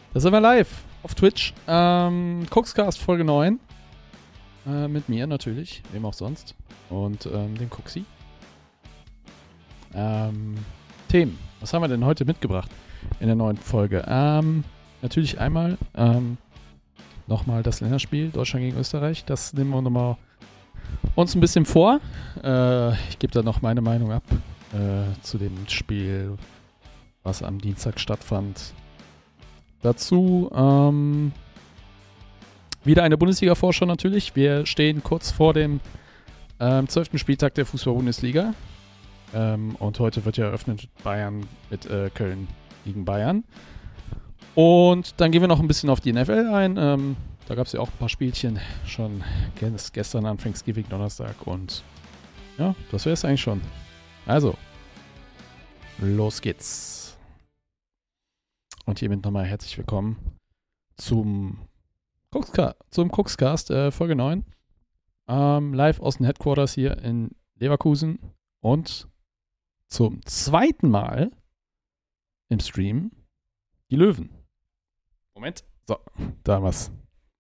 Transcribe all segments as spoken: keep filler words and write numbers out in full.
Da sind wir live auf Twitch. Ähm, Coxcast Folge neun. Äh, mit mir natürlich, wem auch sonst. Und ähm, dem Coxi. Ähm, Themen. Was haben wir denn heute mitgebracht in der neuen Folge? Ähm, natürlich einmal ähm, nochmal das Länderspiel Deutschland gegen Österreich. Das nehmen wir nochmal uns ein bisschen vor. Äh, ich gebe da noch meine Meinung ab äh, zu dem Spiel, was am Dienstag stattfand. Dazu ähm, wieder eine Bundesliga-Vorschau natürlich. Wir stehen kurz vor dem ähm, zwölften Spieltag der Fußball-Bundesliga. Ähm, und heute wird ja eröffnet Bayern mit äh, Köln gegen Bayern. Und dann gehen wir noch ein bisschen auf die N F L ein. Ähm, da gab es ja auch ein paar Spielchen schon gestern an Thanksgiving Donnerstag. Und ja, das wäre es eigentlich schon. Also, los geht's. Und hiermit nochmal herzlich willkommen zum Coxcast, zum Coxcast äh, Folge neun. Ähm, live aus den Headquarters hier in Leverkusen und zum zweiten Mal im Stream die Löwen. Moment. So, da haben wir's.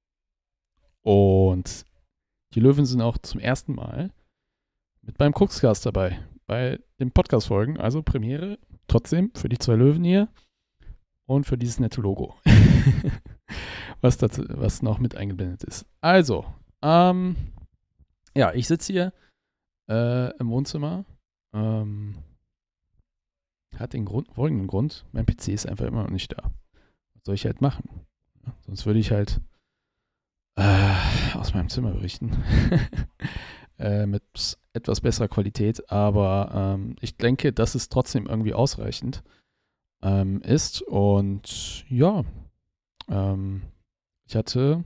Und die Löwen sind auch zum ersten Mal mit beim Coxcast dabei. Bei den Podcast-Folgen. Also Premiere trotzdem für die zwei Löwen hier. Und für dieses nette Logo, was, dazu, was noch mit eingeblendet ist. Also, ähm, ja, ich sitze hier äh, im Wohnzimmer. Ähm, hat den Grund, folgenden Grund, mein P C ist einfach immer noch nicht da. Was soll ich halt machen? Ja, sonst würde ich halt äh, aus meinem Zimmer berichten. äh, mit etwas besserer Qualität, aber ähm, ich denke, das ist trotzdem irgendwie ausreichend. Ähm, ist und ja, ähm, ich hatte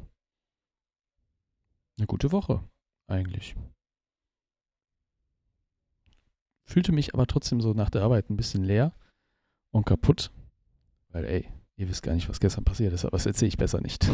eine gute Woche eigentlich. Fühlte mich aber trotzdem so nach der Arbeit ein bisschen leer und kaputt, weil ey, ihr wisst gar nicht, was gestern passiert ist, aber das erzähle ich besser nicht.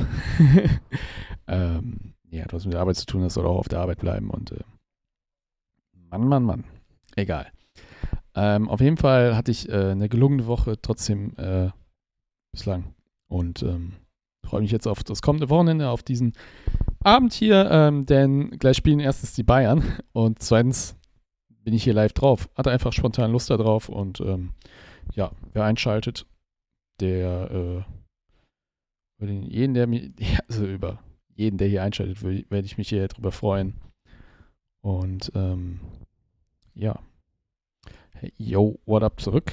ähm, ja, du hast mit der Arbeit zu tun, das soll auch auf der Arbeit bleiben und äh, Mann, Mann, Mann, egal. Ähm, auf jeden Fall hatte ich äh, eine gelungene Woche trotzdem äh, bislang und ähm, freue mich jetzt auf das kommende Wochenende, auf diesen Abend hier, ähm, denn gleich spielen erstens die Bayern und zweitens bin ich hier live drauf. Hatte einfach spontan Lust da drauf und ähm, ja, wer einschaltet, der äh, über den, jeden, der mir, also über jeden, der hier einschaltet, werde ich mich hier drüber freuen. Und ähm, ja. Hey, yo, what up zurück?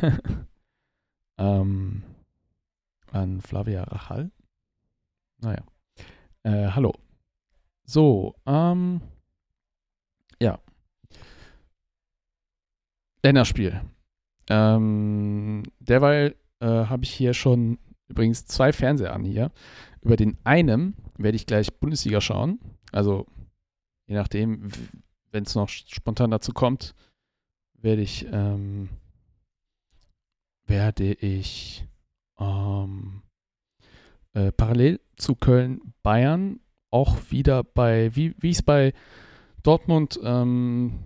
ähm, an Flavia Rachal. Naja. Äh, hallo. So, ähm, ja. Länderspiel. Ähm, derweil äh, habe ich hier schon übrigens zwei Fernseher an hier. Über den einen werde ich gleich Bundesliga schauen. Also, je nachdem, wenn es noch spontan dazu kommt, werde ich, ähm, werde ich ähm, äh, parallel zu Köln-Bayern auch wieder bei, wie wie ich es bei Dortmund ähm,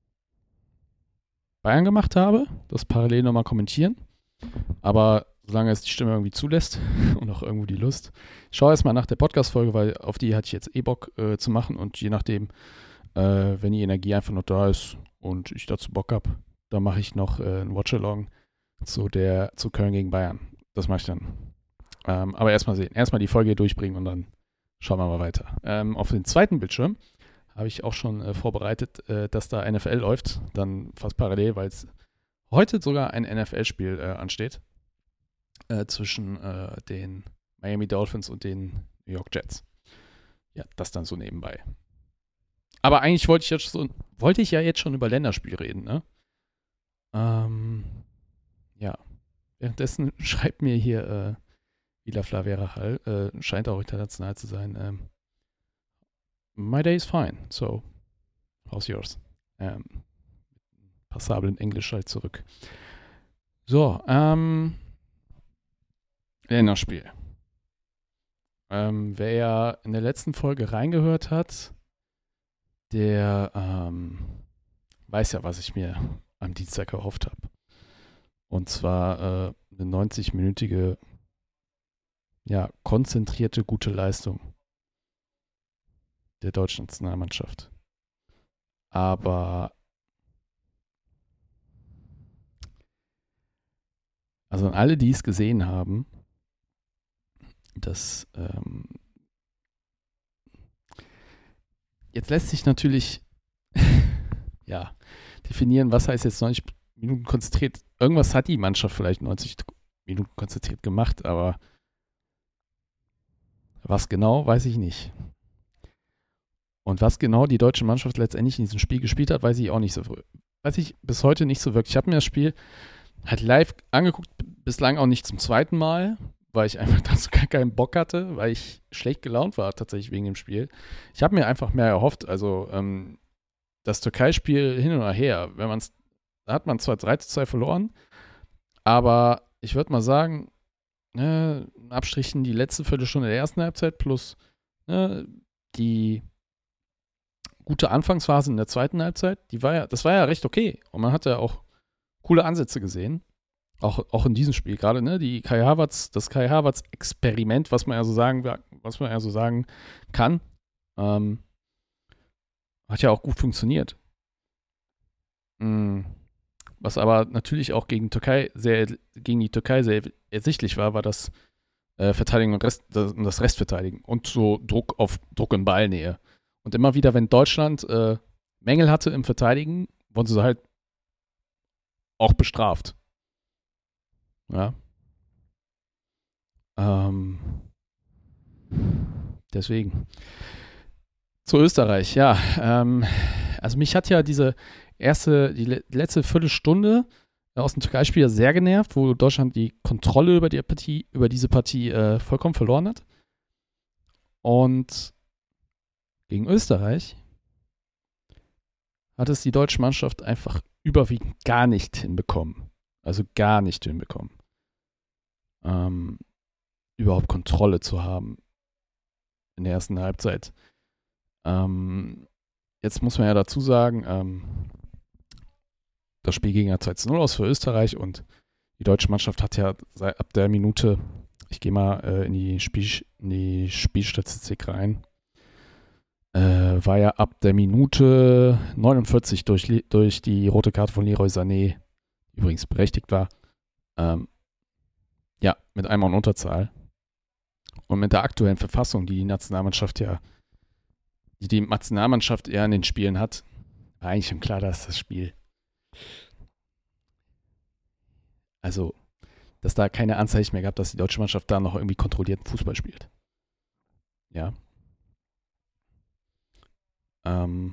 Bayern gemacht habe, das parallel nochmal kommentieren. Aber solange es die Stimme irgendwie zulässt und auch irgendwo die Lust, ich schaue erstmal nach der Podcast-Folge, weil auf die hatte ich jetzt eh Bock äh, zu machen und je nachdem, äh, wenn die Energie einfach noch da ist und ich dazu Bock habe, dann mache ich noch äh, ein Watch-Along zu der zu Köln gegen Bayern. Das mache ich dann. Ähm, aber erstmal sehen. Erstmal die Folge durchbringen und dann schauen wir mal weiter. Ähm, auf den zweiten Bildschirm habe ich auch schon äh, vorbereitet, äh, dass da N F L läuft. Dann fast parallel, weil es heute sogar ein N F L-Spiel äh, ansteht. Äh, zwischen äh, den Miami Dolphins und den New York Jets. Ja, das dann so nebenbei. Aber eigentlich wollte ich jetzt so, wollte ich ja jetzt schon über Länderspiel reden, ne? Ähm, ja. Währenddessen schreibt mir hier äh, Vila Flavia Rachal, äh, scheint auch international zu sein. Ähm, My day is fine, so how's yours? Ähm, passablen Englisch halt zurück. So, ähm, Länderspiel. Ähm, wer ja in der letzten Folge reingehört hat, der ähm, weiß ja, was ich mir am Dienstag erhofft habe. Und zwar äh, eine neunzig-minütige ja, konzentrierte, gute Leistung der deutschen Nationalmannschaft. Aber also an alle, die es gesehen haben, das ähm, jetzt lässt sich natürlich ja, definieren, was heißt jetzt neunzig Minuten konzentriert. Irgendwas hat die Mannschaft vielleicht neunzig Minuten konzentriert gemacht, aber was genau, weiß ich nicht. Und was genau die deutsche Mannschaft letztendlich in diesem Spiel gespielt hat, weiß ich auch nicht so. Weiß ich bis heute nicht so wirklich. Ich habe mir das Spiel halt live angeguckt, bislang auch nicht zum zweiten Mal, weil ich einfach dazu gar keinen Bock hatte, weil ich schlecht gelaunt war tatsächlich wegen dem Spiel. Ich habe mir einfach mehr erhofft. Also ähm, das Türkei-Spiel hin oder her, wenn man's, da hat man zwar drei zu zwei verloren, aber ich würde mal sagen, ne, Abstrichen die letzte Viertelstunde der ersten Halbzeit plus ne, die gute Anfangsphase in der zweiten Halbzeit, die war ja, das war ja recht okay. Und man hat ja auch coole Ansätze gesehen. Auch, auch in diesem Spiel gerade, ne? Die Kai Havertz, das Kai Havertz-Experiment, was man ja so sagen, was man ja so sagen kann, ähm, hat ja auch gut funktioniert. Mhm. Was aber natürlich auch gegen Türkei sehr, gegen die Türkei sehr ersichtlich war, war das äh, Verteidigen und Rest, das, das Restverteidigen und so Druck auf Druck in Ballnähe. Und immer wieder, wenn Deutschland äh, Mängel hatte im Verteidigen, wurden sie halt auch bestraft. Ja. Ähm. Deswegen. Zu Österreich, ja. Ähm, also mich hat ja diese erste, die le- letzte Viertelstunde aus dem Türkei-Spiel sehr genervt, wo Deutschland die Kontrolle über die Partie, über diese Partie äh, vollkommen verloren hat. Und gegen Österreich hat es die deutsche Mannschaft einfach überwiegend gar nicht hinbekommen. Also gar nicht hinbekommen. Ähm, überhaupt Kontrolle zu haben in der ersten Halbzeit. Ähm, jetzt muss man ja dazu sagen, ähm, das Spiel ging ja zwei zu null aus für Österreich und die deutsche Mannschaft hat ja seit, ab der Minute, ich gehe mal äh, in, die Spiel, in die Spielstatistik rein, äh, war ja ab der Minute neunundvierzig durch, durch die rote Karte von Leroy Sané, übrigens berechtigt war, ähm, ja, mit einmal in Unterzahl. Und mit der aktuellen Verfassung, die die Nationalmannschaft ja, die die Nationalmannschaft eher in den Spielen hat, war eigentlich schon klar, dass das Spiel, also, dass da keine Anzeichen mehr gab, dass die deutsche Mannschaft da noch irgendwie kontrollierten Fußball spielt. Ja. Ähm.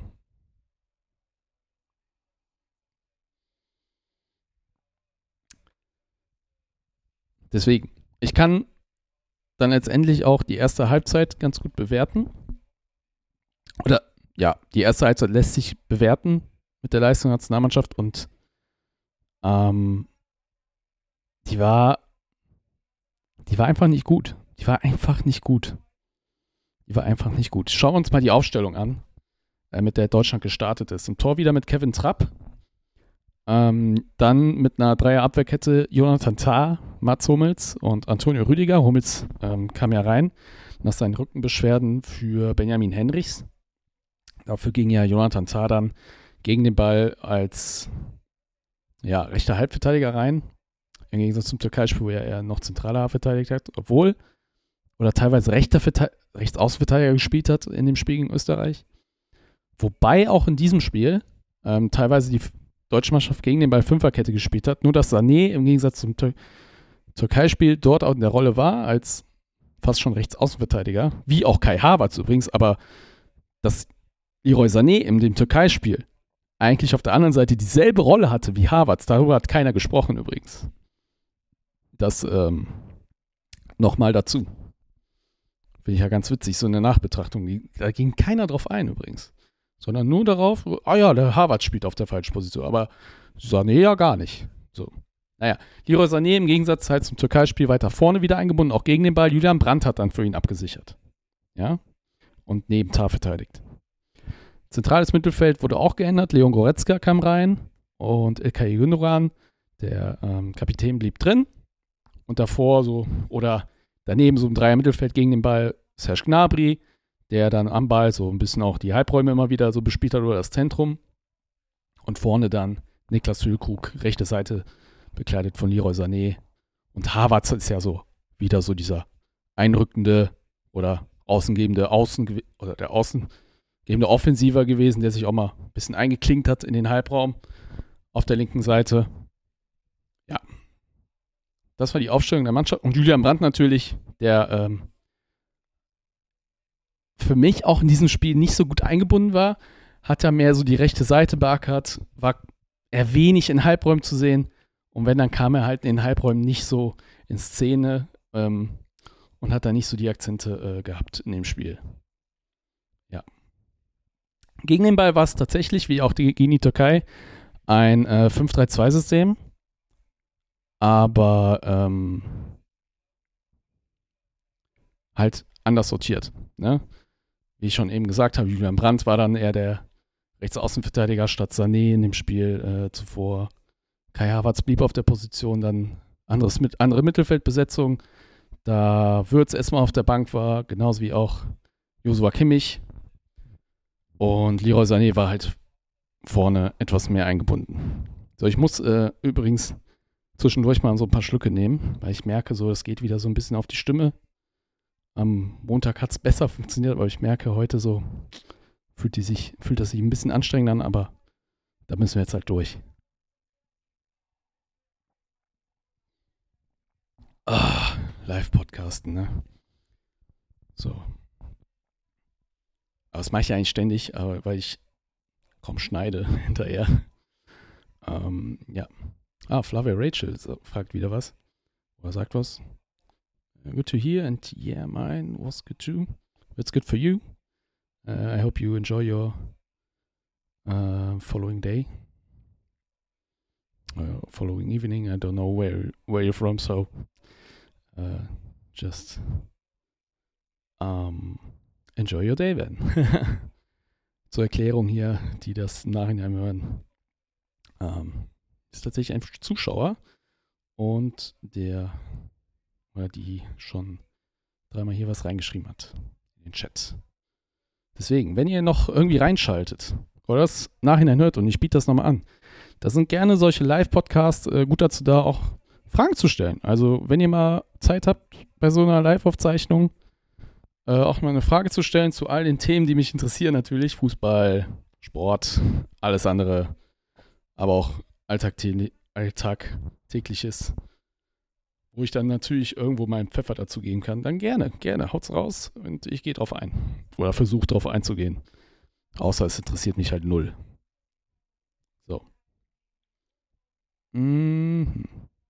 Deswegen, ich kann dann letztendlich auch die erste Halbzeit ganz gut bewerten. Oder, ja, die erste Halbzeit lässt sich bewerten mit der Leistung der Nationalmannschaft und ähm, die war die war einfach nicht gut. Die war einfach nicht gut. Die war einfach nicht gut. Schauen wir uns mal die Aufstellung an, äh, mit der Deutschland gestartet ist. Im Tor wieder mit Kevin Trapp. Ähm, dann mit einer Dreier-Abwehrkette Jonathan Tah, Mats Hummels und Antonio Rüdiger. Hummels ähm, kam ja rein nach seinen Rückenbeschwerden für Benjamin Henrichs. Dafür ging ja Jonathan Tah dann gegen den Ball als ja, rechter Halbverteidiger rein. Im Gegensatz zum Türkei-Spiel, wo er eher noch zentraler verteidigt hat. Obwohl, oder teilweise rechter Verte- Rechtsaußenverteidiger gespielt hat in dem Spiel gegen Österreich. Wobei auch in diesem Spiel ähm, teilweise die deutsche Mannschaft gegen den Ball Fünferkette gespielt hat. Nur dass Sané im Gegensatz zum Tür- Türkei-Spiel dort auch in der Rolle war, als fast schon Rechtsaußenverteidiger. Wie auch Kai Havertz übrigens, aber dass Leroy Sané in dem Türkei-Spiel eigentlich auf der anderen Seite dieselbe Rolle hatte wie Havertz. Darüber hat keiner gesprochen übrigens. Das ähm, nochmal dazu. Finde ich ja ganz witzig, so eine Nachbetrachtung. Da ging keiner drauf ein übrigens. Sondern nur darauf, ah ja, der Havertz spielt auf der falschen Position, aber Sané ja gar nicht. So. Naja, Leroy Sané im Gegensatz halt zum Türkei-Spiel weiter vorne wieder eingebunden, auch gegen den Ball. Julian Brandt hat dann für ihn abgesichert. Ja. Und neben Tah verteidigt. Zentrales Mittelfeld wurde auch geändert. Leon Goretzka kam rein und İlkay Gündoğan, der ähm, Kapitän, blieb drin. Und davor so, oder daneben so im Dreier-Mittelfeld gegen den Ball Serge Gnabry, der dann am Ball so ein bisschen auch die Halbräume immer wieder so bespielt hat oder das Zentrum. Und vorne dann Niklas Füllkrug, rechte Seite, bekleidet von Leroy Sané. Und Havertz ist ja so wieder so dieser einrückende oder außengebende Außen oder der außengebende Offensiver gewesen, der sich auch mal ein bisschen eingeklinkt hat in den Halbraum auf der linken Seite. Ja. Das war die Aufstellung der Mannschaft. Und Julian Brandt natürlich, der ähm, für mich auch in diesem Spiel nicht so gut eingebunden war, hat er mehr so die rechte Seite beackert, war eher wenig in Halbräumen zu sehen. Und wenn, dann kam er halt in den Halbräumen nicht so in Szene ähm, und hat da nicht so die Akzente äh, gehabt in dem Spiel. Ja. Gegen den Ball war es tatsächlich, wie auch die, gegen die Türkei, ein äh, fünf drei zwei System. Aber ähm, halt anders sortiert. Ne? Wie ich schon eben gesagt habe, Julian Brandt war dann eher der Rechtsaußenverteidiger statt Sané in dem Spiel äh, zuvor. Kai Havertz blieb auf der Position, dann anderes mit, andere Mittelfeldbesetzung, da Würz erstmal auf der Bank war, genauso wie auch Joshua Kimmich. Und Leroy Sané war halt vorne etwas mehr eingebunden. So, ich muss äh, übrigens zwischendurch mal so ein paar Schlücke nehmen, weil ich merke, so, es geht wieder so ein bisschen auf die Stimme. Am Montag hat es besser funktioniert, aber ich merke heute so, fühlt, die sich, fühlt das sich ein bisschen anstrengend an, aber da müssen wir jetzt halt durch. Ah, Live-Podcasten, ne? So. Aber das mache ich ja eigentlich ständig, aber weil ich kaum schneide hinterher. Ähm, ja. Ah, Flavia Rachel fragt wieder was. Oder sagt was. Good to hear and yeah, mine was good too. It's good for you. Uh, I hope you enjoy your uh, following day. Uh, following evening. I don't know where where you're from, so uh, just um, enjoy your day then. Zur Erklärung hier, die das im Nachhinein hören. Um, ist tatsächlich ein Zuschauer und der oder die schon dreimal hier was reingeschrieben hat in den Chat. Deswegen, wenn ihr noch irgendwie reinschaltet oder das Nachhinein hört und ich biete das nochmal an, da sind gerne solche Live-Podcasts äh, gut dazu da, auch Fragen zu stellen. Also wenn ihr mal Zeit habt, bei so einer Live-Aufzeichnung äh, auch mal eine Frage zu stellen zu all den Themen, die mich interessieren natürlich. Fußball, Sport, alles andere, aber auch Alltag, Alltag tägliches, wo ich dann natürlich irgendwo meinen Pfeffer dazu geben kann, dann gerne, gerne, haut's raus und ich gehe drauf ein. Oder versuche drauf einzugehen. Außer es interessiert mich halt null. So. Mhm.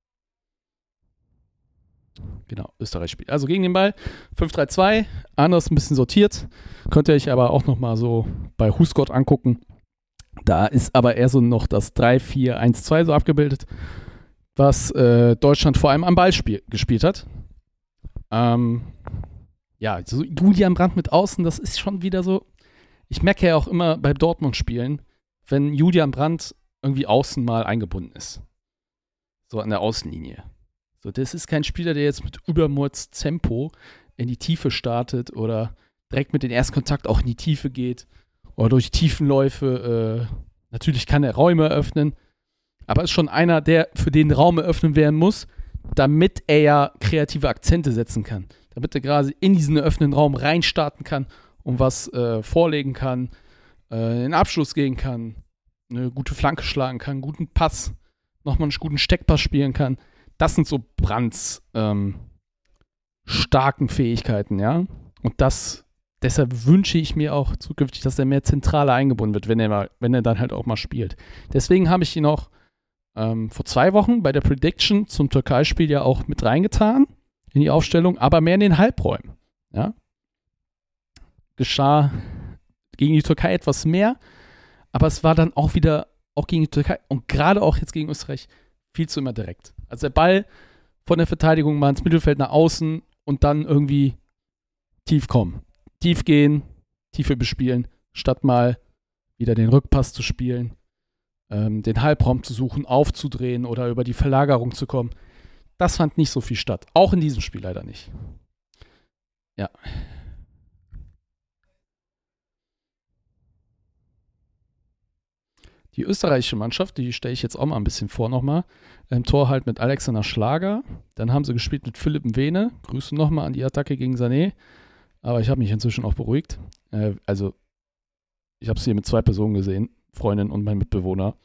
Genau, Österreich spielt. Also gegen den Ball, fünf drei zwei, anders ein bisschen sortiert. Könnt ihr euch aber auch nochmal so bei Husgott angucken. Da ist aber eher so noch das drei vier eins zwei so abgebildet, was äh, Deutschland vor allem am Ball spiel- gespielt hat. Ähm, ja, so Julian Brandt mit außen, das ist schon wieder so. Ich merke ja auch immer bei Dortmund-Spielen, wenn Julian Brandt irgendwie außen mal eingebunden ist. So an der Außenlinie. So, das ist kein Spieler, der jetzt mit Übermordstempo in die Tiefe startet oder direkt mit dem Erstkontakt auch in die Tiefe geht oder durch Tiefenläufe. Äh, natürlich kann er Räume eröffnen, aber ist schon einer, der für den Raum eröffnen werden muss, damit er ja kreative Akzente setzen kann. Damit er gerade in diesen eröffneten Raum reinstarten kann und was äh, vorlegen kann, äh, einen Abschluss gehen kann, eine gute Flanke schlagen kann, einen guten Pass, nochmal einen guten Steckpass spielen kann. Das sind so Brandts ähm, starken Fähigkeiten, ja. Und das, deshalb wünsche ich mir auch zukünftig, dass er mehr zentraler eingebunden wird, wenn er mal, wenn er dann halt auch mal spielt. Deswegen habe ich ihn auch ähm, vor zwei Wochen bei der Prediction zum Türkei-Spiel ja auch mit reingetan in die Aufstellung, aber mehr in den Halbräumen, ja. Geschah gegen die Türkei etwas mehr, aber es war dann auch wieder, auch gegen die Türkei und gerade auch jetzt gegen Österreich, viel zu immer direkt. Also der Ball von der Verteidigung mal ins Mittelfeld nach außen und dann irgendwie tief kommen. Tief gehen, Tiefe bespielen, statt mal wieder den Rückpass zu spielen, ähm, den Halbraum zu suchen, aufzudrehen oder über die Verlagerung zu kommen. Das fand nicht so viel statt. Auch in diesem Spiel leider nicht. Ja. Die österreichische Mannschaft, die stelle ich jetzt auch mal ein bisschen vor nochmal. Im Tor halt mit Alexander Schlager. Dann haben sie gespielt mit Philipp Mwene. Grüße nochmal an die Attacke gegen Sané. Aber ich habe mich inzwischen auch beruhigt. Äh, also, ich habe es hier mit zwei Personen gesehen. Freundin und mein Mitbewohner.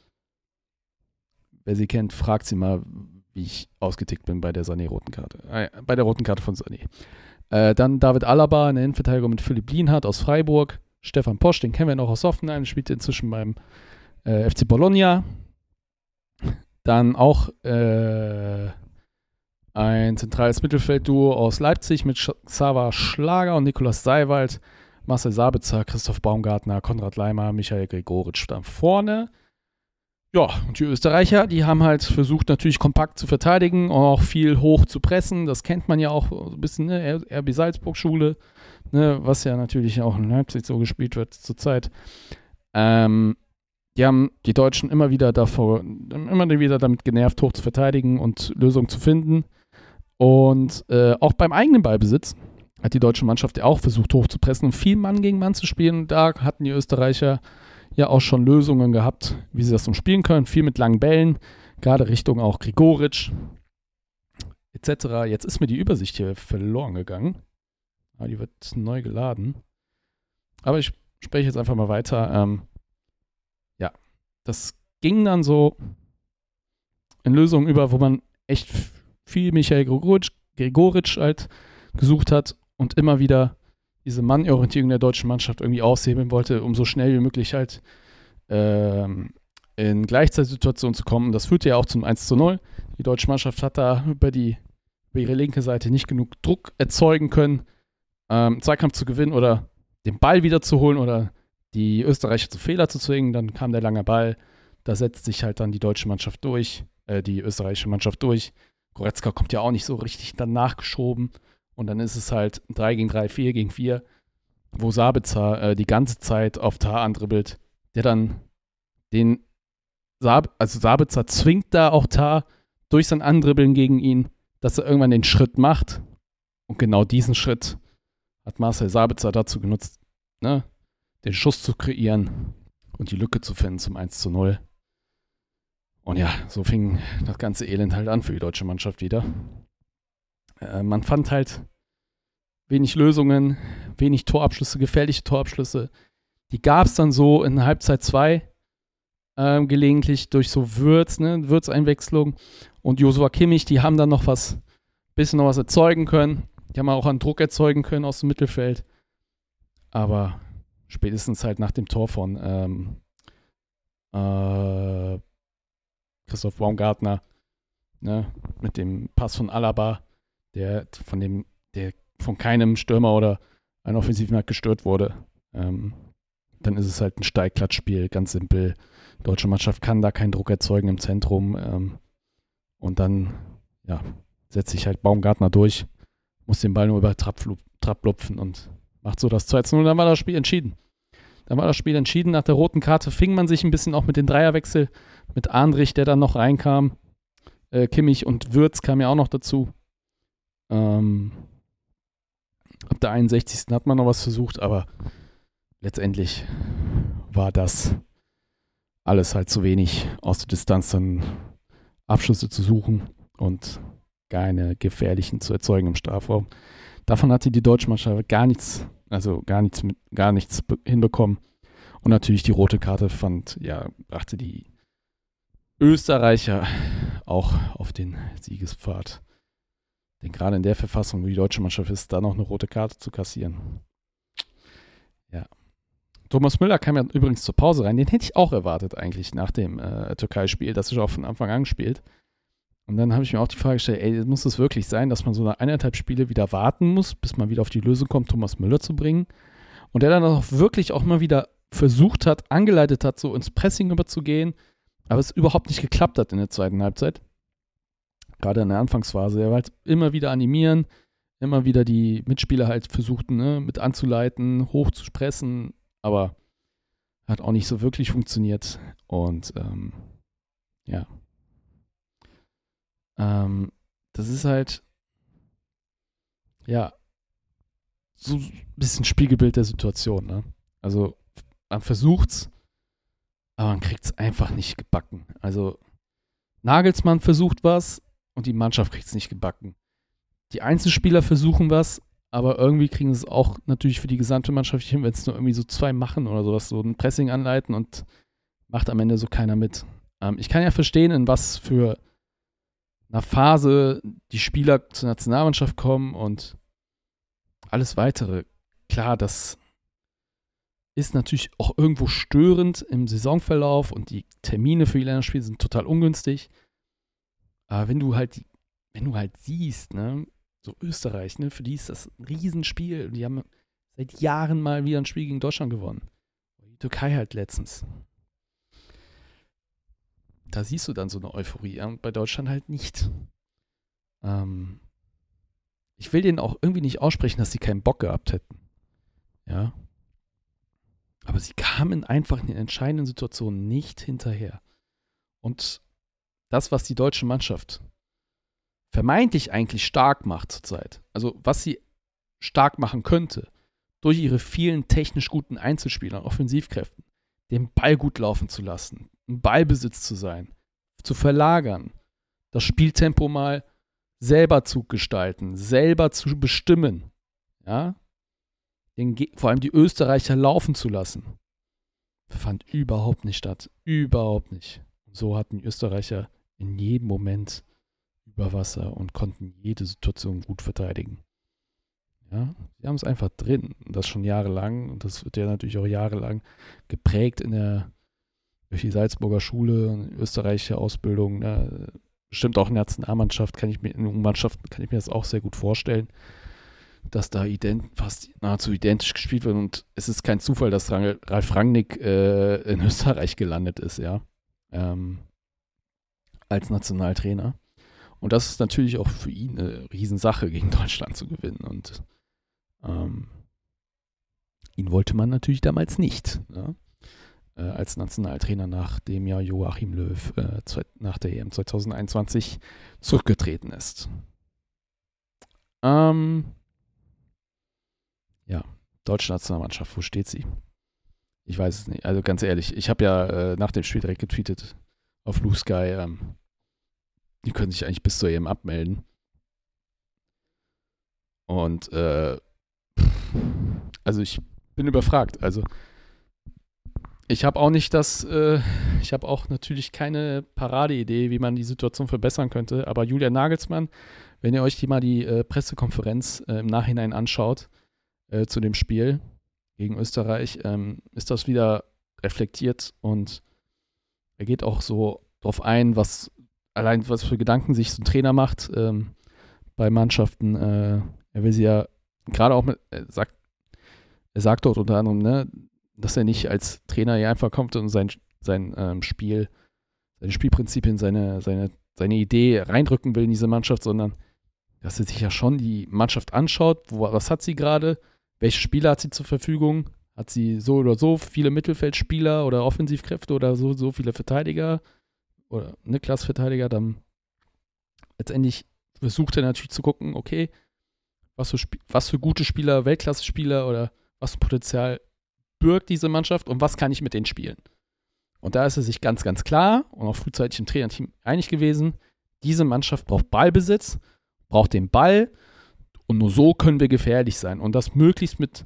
Wer sie kennt, fragt sie mal, wie ich ausgetickt bin bei der Sané-roten Karte. Äh, bei der roten Karte von Sané. Äh, dann David Alaba in der Innenverteidigung mit Philipp Lienhardt aus Freiburg. Stefan Posch, den kennen wir noch aus Hoffenheim, spielt inzwischen beim äh, F C Bologna. Dann auch äh, ein zentrales Mittelfeldduo aus Leipzig mit Sch- Xaver Schlager und Nikolaus Seiwald. Marcel Sabitzer, Christoph Baumgartner, Konrad Leimer, Michael Gregoritsch da vorne. Ja, und die Österreicher, die haben halt versucht, natürlich kompakt zu verteidigen und auch viel hoch zu pressen. Das kennt man ja auch so ein bisschen, ne? R B Salzburg-Schule, ne? Was ja natürlich auch in Leipzig so gespielt wird zurzeit. Ähm, die haben die Deutschen immer wieder davor, immer wieder damit genervt, hoch zu verteidigen und Lösungen zu finden. Und äh, auch beim eigenen Ballbesitz hat die deutsche Mannschaft ja auch versucht, hoch zu pressen und viel Mann gegen Mann zu spielen. Und da hatten die Österreicher ja auch schon Lösungen gehabt, wie sie das so spielen können. Viel mit langen Bällen, gerade Richtung auch Gregoritsch et cetera. Jetzt ist mir die Übersicht hier verloren gegangen. Ah, die wird neu geladen. Aber ich spreche jetzt einfach mal weiter. Ähm, ja, das ging dann so in Lösungen über, wo man echt viel Michael Gregoritsch, Gregoritsch halt gesucht hat und immer wieder diese Mannorientierung der deutschen Mannschaft irgendwie aushebeln wollte, um so schnell wie möglich halt ähm, in Gleichzeitsituationen zu kommen. Das führte ja auch zum eins zu null. Die deutsche Mannschaft hat da über, die, über ihre linke Seite nicht genug Druck erzeugen können, ähm, Zweikampf zu gewinnen oder den Ball wieder zu holen oder die Österreicher zu Fehler zu zwingen. Dann kam der lange Ball. Da setzt sich halt dann die deutsche Mannschaft durch, äh, die österreichische Mannschaft durch. Goretzka kommt ja auch nicht so richtig danach geschoben. Und dann ist es halt drei gegen drei, vier gegen vier, wo Sabitzer äh, die ganze Zeit auf Tah andribbelt, der dann den Sab- also Sabitzer zwingt da auch Tah durch sein Andribbeln gegen ihn, dass er irgendwann den Schritt macht. Und genau diesen Schritt hat Marcel Sabitzer dazu genutzt, ne, den Schuss zu kreieren und die Lücke zu finden zum eins zu null. Und ja, so fing das ganze Elend halt an für die deutsche Mannschaft wieder. Äh, man fand halt wenig Lösungen, wenig Torabschlüsse, gefährliche Torabschlüsse. Die gab es dann so in Halbzeit zwei ähm, gelegentlich durch so Würz, ne, Würz-Einwechslung und Joshua Kimmich, die haben dann noch was, bisschen noch was erzeugen können. Die haben auch an Druck erzeugen können aus dem Mittelfeld. Aber spätestens halt nach dem Tor von ähm, äh, Christoph Baumgartner, ne, mit dem Pass von Alaba, der von dem, der von keinem Stürmer oder einem Offensiven halt gestört wurde. Ähm, dann ist es halt ein Steilklatschspiel, ganz simpel. Die deutsche Mannschaft kann da keinen Druck erzeugen im Zentrum. Ähm, und dann, ja, setzt sich halt Baumgartner durch, muss den Ball nur über Trapp, Trapp lupfen und macht so das zwei zu null. Dann war das Spiel entschieden. Dann war das Spiel entschieden. Nach der roten Karte fing man sich ein bisschen auch mit dem Dreierwechsel mit Andrich, der dann noch reinkam. Äh, Kimmich und Würz kamen ja auch noch dazu. Ähm, ab der einundsechzigsten hat man noch was versucht, aber letztendlich war das alles halt zu wenig, aus der Distanz dann Abschlüsse zu suchen und keine gefährlichen zu erzeugen im Strafraum. Davon hatte die deutsche Mannschaft gar nichts, also gar nichts, mit, gar nichts hinbekommen. Und natürlich die rote Karte fand, ja, brachte die Österreicher auch auf den Siegespfad. Denn gerade in der Verfassung, wie die deutsche Mannschaft ist, da noch eine rote Karte zu kassieren. Ja. Thomas Müller kam ja übrigens zur Pause rein. Den hätte ich auch erwartet eigentlich nach dem äh, Türkei-Spiel, dass er auch von Anfang an spielt. Und dann habe ich mir auch die Frage gestellt, ey, muss es wirklich sein, dass man so nach eineinhalb Spiele wieder warten muss, bis man wieder auf die Lösung kommt, Thomas Müller zu bringen? Und der dann auch wirklich auch mal wieder versucht hat, angeleitet hat, so ins Pressing überzugehen, aber es überhaupt nicht geklappt hat in der zweiten Halbzeit. Gerade in der Anfangsphase. Er war halt immer wieder animieren, immer wieder die Mitspieler halt versuchten, ne, mit anzuleiten, hoch zu pressen, aber hat auch nicht so wirklich funktioniert. Und ähm, ja. Ähm, das ist halt, ja, so ein bisschen Spiegelbild der Situation, ne? Also man versucht's, aber man kriegt's einfach nicht gebacken. Also Nagelsmann versucht was und die Mannschaft kriegt's nicht gebacken. Die Einzelspieler versuchen was, aber irgendwie kriegen sie es auch natürlich für die gesamte Mannschaft hin, wenn es nur irgendwie so zwei machen oder sowas, so ein Pressing anleiten und macht am Ende so keiner mit. Ähm, ich kann ja verstehen, in was für einer Phase die Spieler zur Nationalmannschaft kommen und alles Weitere. Klar, das ist natürlich auch irgendwo störend im Saisonverlauf und die Termine für die Länderspiele sind total ungünstig. Aber wenn du halt, wenn du halt siehst, ne, so Österreich, ne, für die ist das ein Riesenspiel. Die haben seit Jahren mal wieder ein Spiel gegen Deutschland gewonnen. Die Türkei halt letztens. Da siehst du dann so eine Euphorie, ja, und bei Deutschland halt nicht. Ähm, ich will denen auch irgendwie nicht aussprechen, dass sie keinen Bock gehabt hätten. Ja. Aber sie kamen einfach in den entscheidenden Situationen nicht hinterher. Und das, was die deutsche Mannschaft vermeintlich eigentlich stark macht zurzeit, also was sie stark machen könnte, durch ihre vielen technisch guten Einzelspieler und Offensivkräften, den Ball gut laufen zu lassen, im Ballbesitz zu sein, zu verlagern, das Spieltempo mal selber zu gestalten, selber zu bestimmen, ja, den, vor allem die Österreicher laufen zu lassen, fand überhaupt nicht statt. Überhaupt nicht. Und so hatten die Österreicher in jedem Moment über Wasser und konnten jede Situation gut verteidigen. Ja, sie haben es einfach drin. Und das schon jahrelang. Und das wird ja natürlich auch jahrelang geprägt in der, durch die Salzburger Schule und österreichische Ausbildung. Ne? Bestimmt auch in der Nationalmannschaft kann ich mir, in Mannschaften kann ich mir das auch sehr gut vorstellen, dass da ident, fast nahezu identisch gespielt wird. Und es ist kein Zufall, dass Ralf Rangnick äh, in Österreich gelandet ist, ja. Ähm, als Nationaltrainer. Und das ist natürlich auch für ihn eine Riesensache, gegen Deutschland zu gewinnen. Und ähm, ihn wollte man natürlich damals nicht, ja? äh, als Nationaltrainer, nachdem ja Joachim Löw äh, zwei, nach der E M zwanzig einundzwanzig zurückgetreten ist. Ähm, ja, deutsche Nationalmannschaft, wo steht sie? Ich weiß es nicht. Also ganz ehrlich, ich habe ja äh, nach dem Spiel direkt getweetet auf Blue Sky, ähm, die können sich eigentlich bis zur E M abmelden. Und äh, also ich bin überfragt. Also ich habe auch nicht das, äh, ich habe auch natürlich keine Paradeidee, wie man die Situation verbessern könnte. Aber Julian Nagelsmann, wenn ihr euch die mal die äh, Pressekonferenz äh, im Nachhinein anschaut äh, zu dem Spiel gegen Österreich, ähm, ist das wieder reflektiert und er geht auch so drauf ein, was allein was für Gedanken sich so ein Trainer macht ähm, bei Mannschaften. Äh, er will sie ja gerade auch mit, er sagt, er sagt dort unter anderem, ne, dass er nicht als Trainer hier einfach kommt und sein, sein ähm, Spiel, seine Spielprinzipien, seine, seine, seine Idee reindrücken will in diese Mannschaft, sondern dass er sich ja schon die Mannschaft anschaut, wo, was hat sie gerade, welche Spieler hat sie zur Verfügung, hat sie so oder so viele Mittelfeldspieler oder Offensivkräfte oder so, so viele Verteidiger oder ne, Klassverteidiger, dann letztendlich versucht er natürlich zu gucken, okay, was für, Sp- was für gute Spieler, Weltklasse-Spieler oder was für Potenzial birgt diese Mannschaft und was kann ich mit denen spielen. Und da ist er sich ganz, ganz klar und auch frühzeitig im Trainerteam einig gewesen, diese Mannschaft braucht Ballbesitz, braucht den Ball und nur so können wir gefährlich sein. Und das möglichst mit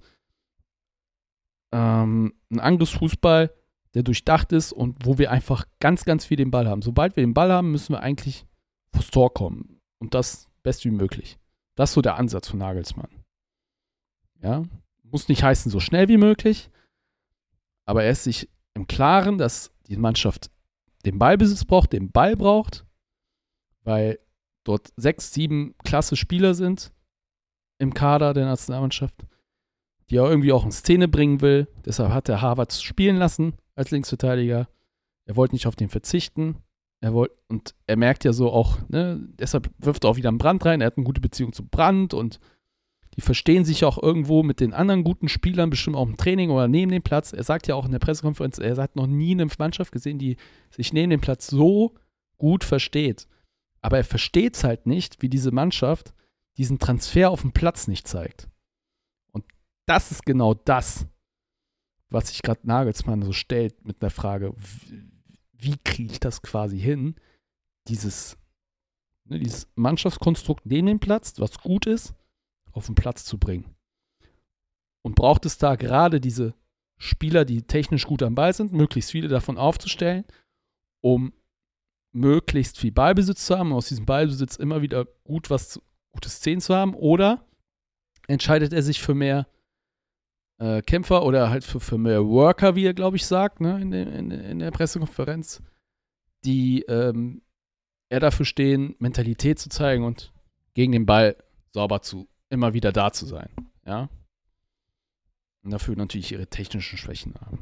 ähm, einem Angriffsfußball, der durchdacht ist und wo wir einfach ganz, ganz viel den Ball haben. Sobald wir den Ball haben, müssen wir eigentlich vors Tor kommen. Und das best wie möglich. Das ist so der Ansatz von Nagelsmann. Ja, muss nicht heißen, so schnell wie möglich, aber er ist sich im Klaren, dass die Mannschaft den Ballbesitz braucht, den Ball braucht, weil dort sechs, sieben klasse Spieler sind im Kader der Nationalmannschaft, die er irgendwie auch in Szene bringen will. Deshalb hat er Havertz spielen lassen als Linksverteidiger. Er wollte nicht auf den verzichten. Er wollte, und er merkt ja so auch, ne, deshalb wirft er auch wieder einen Brandt rein. Er hat eine gute Beziehung zu Brandt und die verstehen sich auch irgendwo mit den anderen guten Spielern, bestimmt auch im Training oder neben dem Platz. Er sagt ja auch in der Pressekonferenz, er hat noch nie eine Mannschaft gesehen, die sich neben dem Platz so gut versteht. Aber er versteht es halt nicht, wie diese Mannschaft diesen Transfer auf dem Platz nicht zeigt. Und das ist genau das, was sich gerade Nagelsmann so stellt mit der Frage, wie, wie kriege ich das quasi hin, dieses, ne, dieses Mannschaftskonstrukt neben dem Platz, was gut ist, auf den Platz zu bringen. Und braucht es da gerade diese Spieler, die technisch gut am Ball sind, möglichst viele davon aufzustellen, um möglichst viel Ballbesitz zu haben und aus diesem Ballbesitz immer wieder gut was zu, gute Szenen zu haben, oder entscheidet er sich für mehr äh, Kämpfer oder halt für, für mehr Worker, wie er, glaube ich, sagt, ne, in, de, in, in der Pressekonferenz, die ähm, eher dafür stehen, Mentalität zu zeigen und gegen den Ball sauber zu, immer wieder da zu sein, ja. Und dafür natürlich ihre technischen Schwächen haben.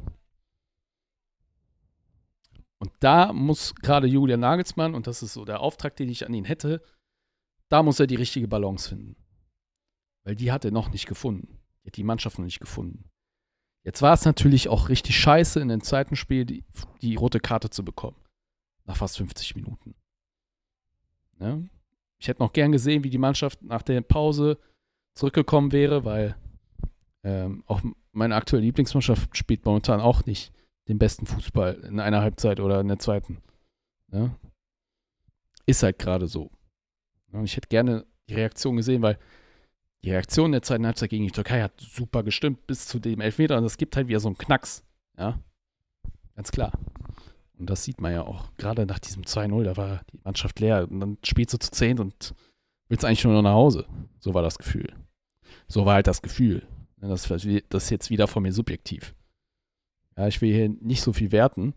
Und da muss gerade Julian Nagelsmann, und das ist so der Auftrag, den ich an ihn hätte, da muss er die richtige Balance finden. Weil die hat er noch nicht gefunden. Die hat die Mannschaft noch nicht gefunden. Jetzt war es natürlich auch richtig scheiße, in dem zweiten Spiel die, die rote Karte zu bekommen. Nach fast fünfzig Minuten. Ne? Ich hätte noch gern gesehen, wie die Mannschaft nach der Pause zurückgekommen wäre, weil ähm, auch meine aktuelle Lieblingsmannschaft spielt momentan auch nicht den besten Fußball in einer Halbzeit oder in der zweiten. Ne? Ist halt gerade so. Und ich hätte gerne die Reaktion gesehen, weil die Reaktion in der zweiten Halbzeit gegen die Türkei hat super gestimmt bis zu dem Elfmeter und es gibt halt wieder so einen Knacks. Ja, ganz klar. Und das sieht man ja auch. Gerade nach diesem zwei null, da war die Mannschaft leer und dann spielst du zu zehnt und willst eigentlich nur noch nach Hause. So war das Gefühl. So war halt das Gefühl. Das, das ist jetzt wieder von mir subjektiv. Ja, ich will hier nicht so viel werten.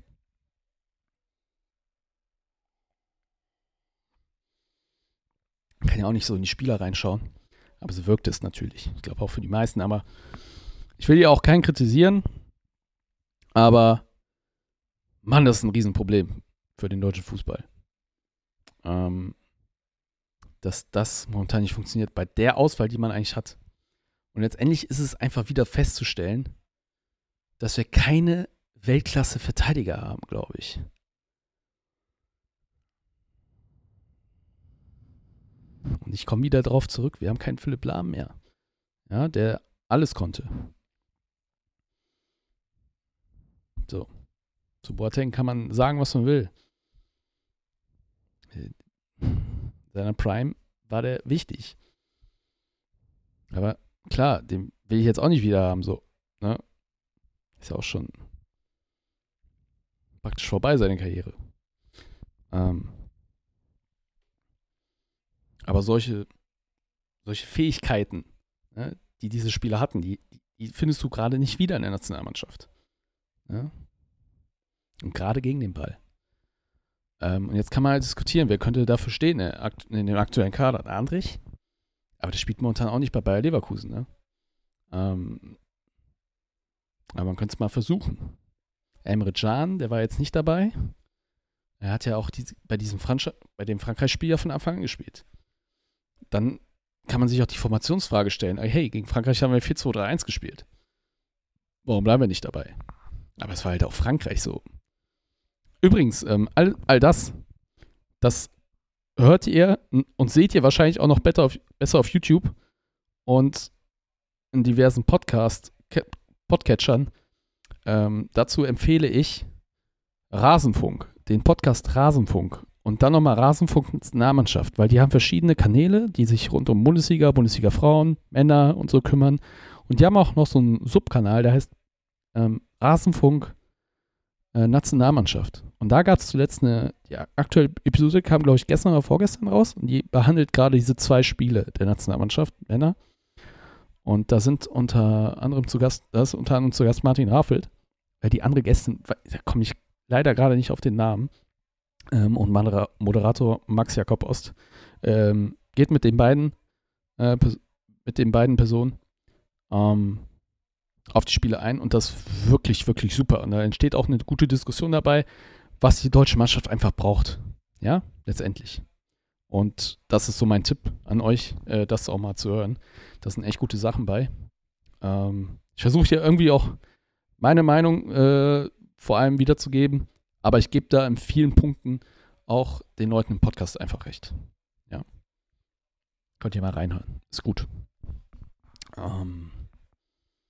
Ich kann ja auch nicht so in die Spieler reinschauen. Aber so wirkt es natürlich. Ich glaube auch für die meisten. Aber ich will hier auch keinen kritisieren. Aber Mann, das ist ein Riesenproblem für den deutschen Fußball. Ähm, dass das momentan nicht funktioniert bei der Auswahl, die man eigentlich hat. Und letztendlich ist es einfach wieder festzustellen, dass wir keine Weltklasse-Verteidiger haben, glaube ich. Und ich komme wieder drauf zurück, wir haben keinen Philipp Lahm mehr. Ja, der alles konnte. So. Zu Boateng kann man sagen, was man will. In seiner Prime war der wichtig. Aber klar, den will ich jetzt auch nicht wieder haben, so. Ne? Ist ja auch schon praktisch vorbei, seine Karriere. Ähm, aber solche, solche Fähigkeiten, ne, die diese Spieler hatten, die, die findest du gerade nicht wieder in der Nationalmannschaft. Ja? Und gerade gegen den Ball. Ähm, und jetzt kann man halt diskutieren, wer könnte dafür stehen in dem aktuellen Kader. Der Andrich? Aber der spielt momentan auch nicht bei Bayer Leverkusen, ne? Ähm, aber man könnte es mal versuchen. Emre Can, der war jetzt nicht dabei. Er hat ja auch die, bei, diesem Franch- bei dem Frankreich-Spiel ja von Anfang an gespielt. Dann kann man sich auch die Formationsfrage stellen. Hey, gegen Frankreich haben wir vier zwei drei eins gespielt. Warum bleiben wir nicht dabei? Aber es war halt auch Frankreich so. Übrigens, ähm, all, all das, das hört ihr und seht ihr wahrscheinlich auch noch besser auf, besser auf YouTube und in diversen Podcast, Podcatchern. Ähm, dazu empfehle ich Rasenfunk, den Podcast Rasenfunk und dann nochmal Rasenfunk Nationalmannschaft, weil die haben verschiedene Kanäle, die sich rund um Bundesliga, Bundesliga Frauen, Männer und so kümmern. Und die haben auch noch so einen Subkanal, der heißt ähm, Rasenfunk äh, Nationalmannschaft. Und da gab es zuletzt eine, die aktuelle Episode kam, glaube ich, gestern oder vorgestern raus und die behandelt gerade diese zwei Spiele der Nationalmannschaft, Männer. Und da sind unter anderem zu Gast, da ist unter anderem zu Gast Martin Rafelt, weil die andere Gäste, da komme ich leider gerade nicht auf den Namen, ähm, und Moderator Max Jakob Ost ähm, geht mit den beiden äh, mit den beiden Personen ähm, auf die Spiele ein und das wirklich, wirklich super. Und da entsteht auch eine gute Diskussion dabei, was die deutsche Mannschaft einfach braucht. Ja, letztendlich. Und das ist so mein Tipp an euch, äh, das auch mal zu hören. Da sind echt gute Sachen bei. Ähm, ich versuche hier irgendwie auch meine Meinung äh, vor allem wiederzugeben, aber ich gebe da in vielen Punkten auch den Leuten im Podcast einfach recht. Ja. Könnt ihr mal reinhören. Ist gut. Ähm,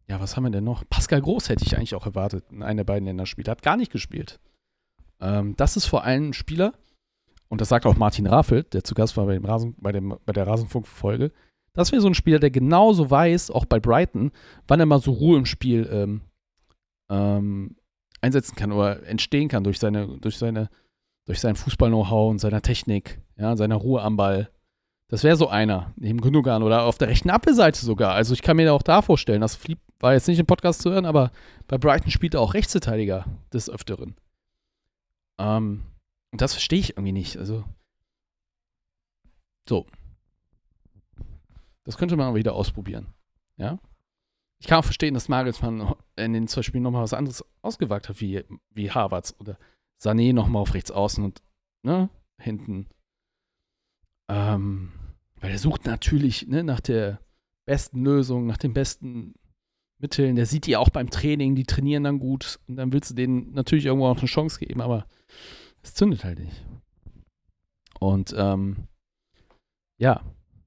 ja, was haben wir denn noch? Pascal Groß hätte ich eigentlich auch erwartet in einem der beiden Länderspiele. Hat gar nicht gespielt. Ähm, das ist vor allem ein Spieler, und das sagt auch Martin Rafelt, der zu Gast war bei, dem Rasen, bei, dem, bei der Rasenfunk-Folge, das wäre so ein Spieler, der genauso weiß, auch bei Brighton, wann er mal so Ruhe im Spiel ähm, ähm, einsetzen kann oder entstehen kann durch seine, durch seine, durch sein Fußball-Know-how und seiner Technik, ja, seiner Ruhe am Ball. Das wäre so einer, neben Gündogan oder auf der rechten Abwehrseite sogar. Also ich kann mir da auch da vorstellen, das war jetzt nicht im Podcast zu hören, aber bei Brighton spielt er auch Rechtsverteidiger des Öfteren. Ähm, und das verstehe ich irgendwie nicht. Also, so. Das könnte man aber wieder ausprobieren. Ja? Ich kann auch verstehen, dass Nagelsmann in den zwei Spielen nochmal was anderes ausgewagt hat, wie, wie Havertz oder Sané nochmal auf rechts außen und ne, hinten. Ähm, weil er sucht natürlich ne, nach der besten Lösung, nach den besten Mitteln. Der sieht die auch beim Training, die trainieren dann gut. Und dann willst du denen natürlich irgendwo auch eine Chance geben, aber es zündet halt nicht. Und ähm, ja.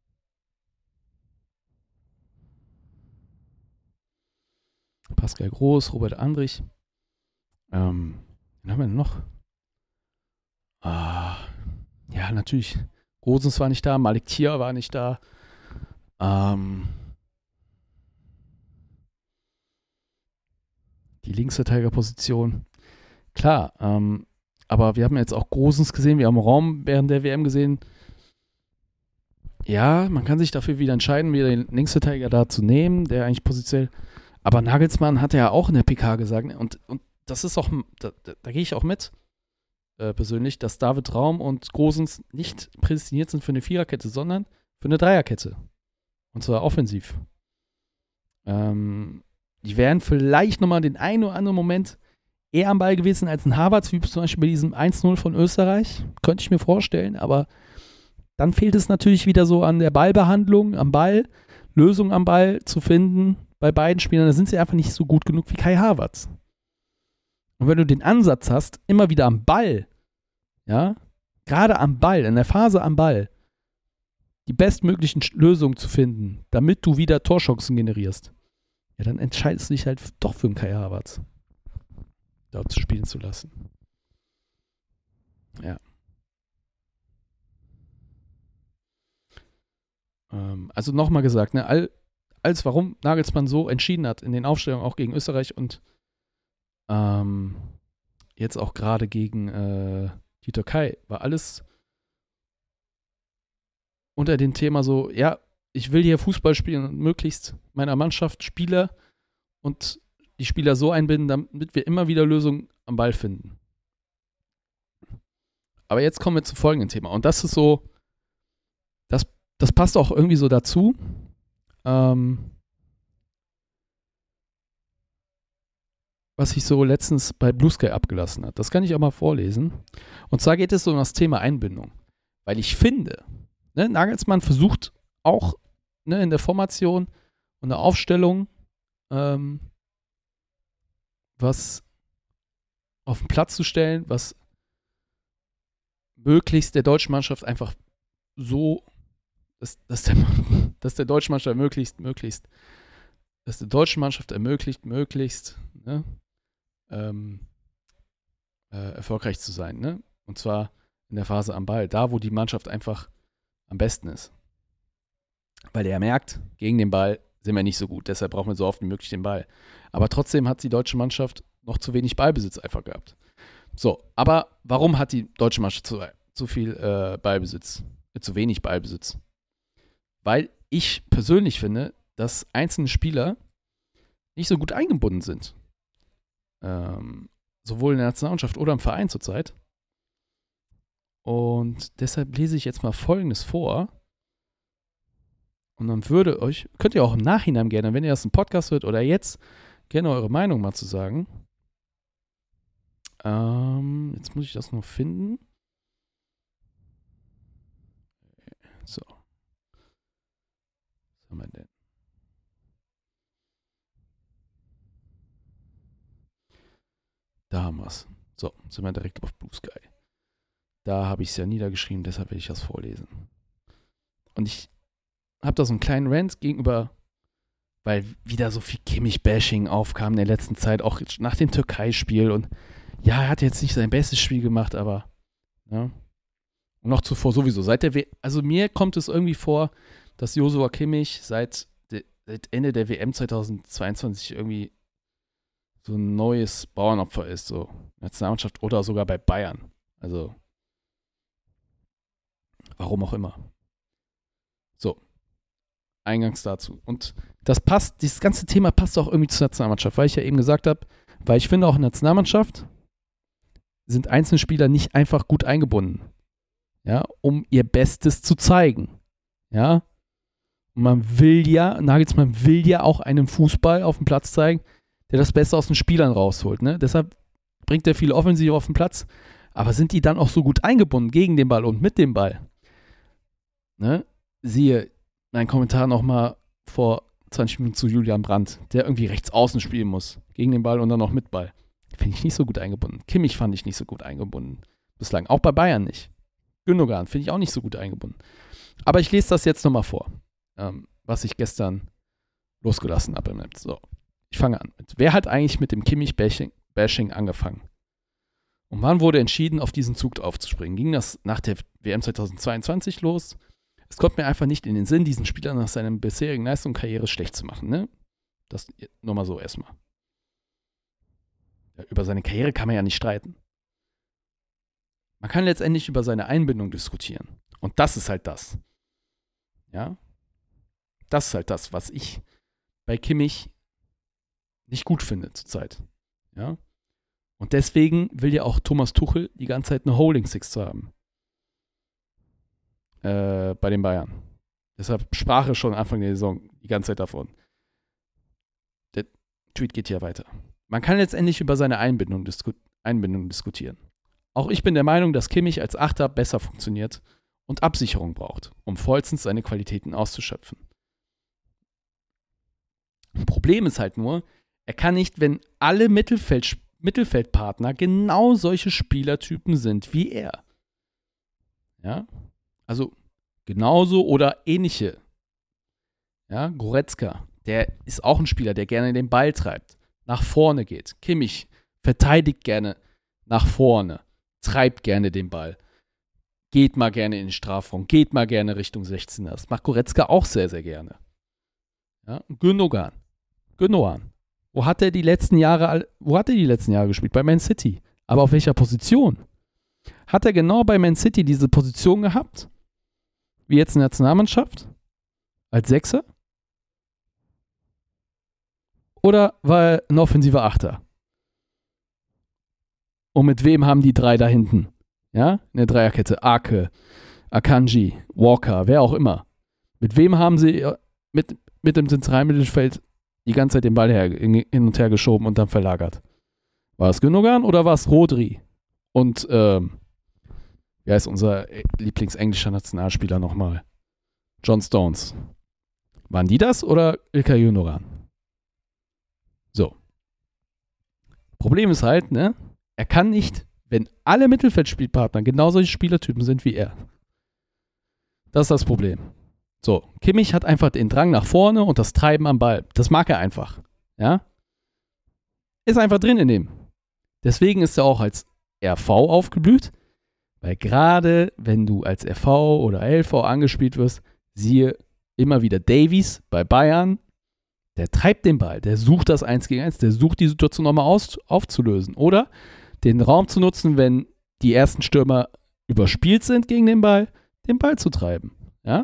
Pascal Groß, Robert Andrich. Ähm, wen haben wir denn noch? Ah, ja, natürlich. Gosens war nicht da, Malik Thier war nicht da. Ähm, die Linksverteidigerposition. Klar, ähm, aber wir haben jetzt auch Gosens gesehen, wir haben Raum während der W M gesehen. Ja, man kann sich dafür wieder entscheiden, wieder den Linksverteidiger da zu nehmen, der eigentlich positionell. Aber Nagelsmann hat ja auch in der P K gesagt, und, und das ist auch, da, da, da gehe ich auch mit, äh, persönlich, dass David Raum und Gosens nicht prädestiniert sind für eine Viererkette, sondern für eine Dreierkette. Und zwar offensiv. Ähm, die wären vielleicht nochmal den einen oder anderen Moment eher am Ball gewesen als ein Havertz, wie zum Beispiel bei diesem eins null von Österreich. Könnte ich mir vorstellen, aber dann fehlt es natürlich wieder so an der Ballbehandlung, am Ball, Lösungen am Ball zu finden bei beiden Spielern. Da sind sie einfach nicht so gut genug wie Kai Havertz. Und wenn du den Ansatz hast, immer wieder am Ball, ja, gerade am Ball, in der Phase am Ball, die bestmöglichen Lösungen zu finden, damit du wieder Torchancen generierst, ja, dann entscheidest du dich halt doch für einen Kai Havertz, dort zu spielen zu lassen. Ja. Ähm, also nochmal gesagt, ne, all, als warum Nagelsmann so entschieden hat in den Aufstellungen auch gegen Österreich und ähm, jetzt auch gerade gegen äh, die Türkei, war alles unter dem Thema so, ja, ich will hier Fußball spielen und möglichst meiner Mannschaft Spieler und die Spieler so einbinden, damit wir immer wieder Lösungen am Ball finden. Aber jetzt kommen wir zum folgenden Thema. Und das ist so, das, das passt auch irgendwie so dazu. Ähm, was sich so letztens bei Blue Sky abgelassen hat. Das kann ich auch mal vorlesen. Und zwar geht es so um das Thema Einbindung. Weil ich finde, ne, Nagelsmann versucht auch ne, in der Formation und der Aufstellung ähm, was auf den Platz zu stellen, was möglichst der deutschen Mannschaft einfach so, dass, dass, der, dass der deutschen Mannschaft möglichst, möglichst, dass der deutschen Mannschaft ermöglicht, möglichst ne, ähm, äh, erfolgreich zu sein. Ne? Und zwar in der Phase am Ball, da wo die Mannschaft einfach am besten ist. Weil er merkt, gegen den Ball sind wir nicht so gut, deshalb brauchen wir so oft wie möglich den Ball. Aber trotzdem hat die deutsche Mannschaft noch zu wenig Ballbesitz einfach gehabt. So, aber warum hat die deutsche Mannschaft zu, zu viel äh, Ballbesitz, äh, zu wenig Ballbesitz? Weil ich persönlich finde, dass einzelne Spieler nicht so gut eingebunden sind. Ähm, sowohl in der Nationalmannschaft oder im Verein zurzeit. Und deshalb lese ich jetzt mal Folgendes vor. Und dann würde euch, könnt ihr auch im Nachhinein gerne, wenn ihr das im Podcast hört oder jetzt, gerne eure Meinung mal zu sagen. Ähm, jetzt muss ich das noch finden. So. Was haben wir denn? Da haben wir es. So, sind wir direkt auf Blue Sky. Da habe ich es ja niedergeschrieben, deshalb will ich das vorlesen. Und ich habe da so einen kleinen Rant gegenüber weil wieder so viel Kimmich-Bashing aufkam in der letzten Zeit, auch nach dem Türkei-Spiel. Und ja, er hat jetzt nicht sein bestes Spiel gemacht, aber ja. Und noch zuvor sowieso. Seit der W- also mir kommt es irgendwie vor, dass Joshua Kimmich seit, de- seit Ende der W M zweitausendzweiundzwanzig irgendwie so ein neues Bauernopfer ist, so Nationalmannschaft oder sogar bei Bayern. Also warum auch immer. So, eingangs dazu. Und das passt, dieses ganze Thema passt auch irgendwie zur Nationalmannschaft, weil ich ja eben gesagt habe, weil ich finde auch in der Nationalmannschaft sind einzelne Spieler nicht einfach gut eingebunden, ja, um ihr Bestes zu zeigen, ja. Und man will ja, Nagelsmann will ja auch einen Fußball auf dem Platz zeigen, der das Beste aus den Spielern rausholt, ne. Deshalb bringt er viele Offensive auf den Platz, aber sind die dann auch so gut eingebunden gegen den Ball und mit dem Ball? Ne? Siehe einen Kommentar nochmal vor zwanzig Minuten zu Julian Brandt, der irgendwie rechts außen spielen muss, gegen den Ball und dann noch mit Ball. Finde ich nicht so gut eingebunden. Kimmich fand ich nicht so gut eingebunden. Bislang. Auch bei Bayern nicht. Gündogan finde ich auch nicht so gut eingebunden. Aber ich lese das jetzt nochmal vor, ähm, was ich gestern losgelassen habe im Netz. So, ich fange an. Wer hat eigentlich mit dem Kimmich-Bashing Bashing angefangen? Und wann wurde entschieden, auf diesen Zug aufzuspringen? Ging das nach der W M zweitausendzweiundzwanzig los? Es kommt mir einfach nicht in den Sinn, diesen Spieler nach seiner bisherigen Leistung und Karriere schlecht zu machen. Ne? Das nur mal so erstmal. Ja, über seine Karriere kann man ja nicht streiten. Man kann letztendlich über seine Einbindung diskutieren. Und das ist halt das. Ja? Das ist halt das, was ich bei Kimmich nicht gut finde zurzeit. Ja? Und deswegen will ja auch Thomas Tuchel die ganze Zeit eine Holding Six zu haben. Äh, bei den Bayern. Deshalb sprach er schon Anfang der Saison die ganze Zeit davon. Der Tweet geht hier weiter. Man kann letztendlich über seine Einbindung, disku- Einbindung diskutieren. Auch ich bin der Meinung, dass Kimmich als Achter besser funktioniert und Absicherung braucht, um vollstens seine Qualitäten auszuschöpfen. Problem ist halt nur, er kann nicht, wenn alle Mittelfeld, Mittelfeldpartner genau solche Spielertypen sind wie er. Ja? Also genauso oder ähnliche. Ja, Goretzka, der ist auch ein Spieler, der gerne den Ball treibt, nach vorne geht. Kimmich verteidigt gerne nach vorne, treibt gerne den Ball, geht mal gerne in den Strafraum, geht mal gerne Richtung sechzehner. Das macht Goretzka auch sehr, sehr gerne. Ja, Gündogan. Gündogan. Wo hat er die letzten Jahre, wo hat er die letzten Jahre gespielt? Bei Man City. Aber auf welcher Position? Hat er genau bei Man City diese Position gehabt? Wie jetzt in der Nationalmannschaft? Als Sechser? Oder war er ein offensiver Achter? Und mit wem haben die drei da hinten? Ja, in der Dreierkette. Ake, Akanji, Walker, wer auch immer. Mit wem haben sie mit, mit dem zentralen Mittelfeld die ganze Zeit den Ball her, hin und her geschoben und dann verlagert? War es Gündogan oder war es Rodri? Und, ähm, wer ist unser Lieblingsenglischer Nationalspieler nochmal? John Stones. Waren die das oder İlkay Gündogan? So. Problem ist halt, ne? Er kann nicht, wenn alle Mittelfeldspielpartner genau solche Spielertypen sind wie er. Das ist das Problem. So, Kimmich hat einfach den Drang nach vorne und das Treiben am Ball. Das mag er einfach. Ja? Ist einfach drin in dem. Deswegen ist er auch als R V aufgeblüht, weil gerade wenn du als R V oder L V angespielt wirst, siehe immer wieder Davies bei Bayern, der treibt den Ball, der sucht das eins gegen eins, der sucht die Situation nochmal aus, aufzulösen. Oder den Raum zu nutzen, wenn die ersten Stürmer überspielt sind gegen den Ball, den Ball zu treiben. Ja?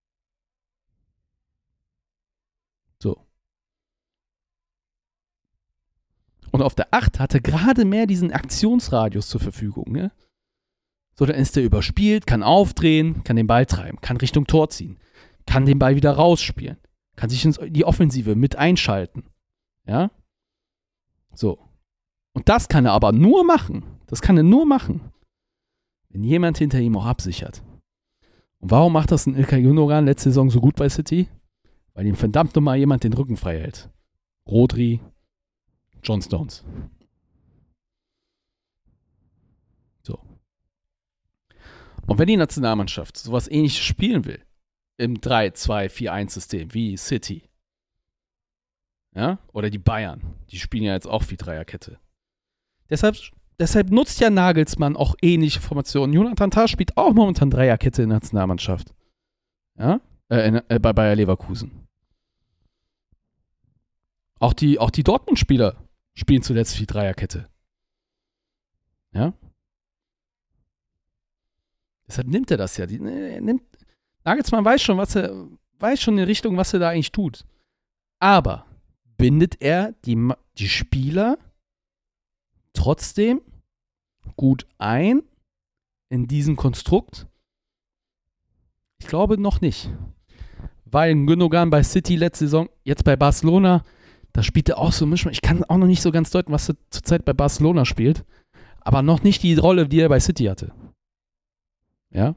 So. Und auf der acht hatte gerade mehr diesen Aktionsradius zur Verfügung. Ne? So, dann ist der überspielt, kann aufdrehen, kann den Ball treiben, kann Richtung Tor ziehen, kann den Ball wieder rausspielen, kann sich in die Offensive mit einschalten. Ja? So. Und das kann er aber nur machen. Das kann er nur machen, wenn jemand hinter ihm auch absichert. Und warum macht das ein İlkay Gündogan letzte Saison so gut bei City? Weil ihm verdammt nochmal jemand den Rücken frei hält. Rodri, John Stones. So. Und wenn die Nationalmannschaft sowas Ähnliches spielen will, im drei zwei vier eins System wie City, Ja? Oder die Bayern. Die spielen ja jetzt auch wie Dreierkette. Deshalb, deshalb nutzt ja Nagelsmann auch ähnliche Formationen. Jonathan Tah spielt auch momentan Dreierkette in der Nationalmannschaft. Ja? Äh, in, äh, bei Bayer Leverkusen. Auch die, auch die Dortmund-Spieler spielen zuletzt wie Dreierkette. Ja? Deshalb nimmt er das ja. Die, er nimmt, Nagelsmann weiß schon, was er, weiß schon in Richtung, was er da eigentlich tut. Aber bindet er die, die Spieler trotzdem gut ein in diesem Konstrukt? Ich glaube noch nicht. Weil Gündogan bei City letzte Saison, jetzt bei Barcelona, da spielt er auch so Mischmasch. Ich kann auch noch nicht so ganz deuten, was er zurzeit bei Barcelona spielt. Aber noch nicht die Rolle, die er bei City hatte. Ja?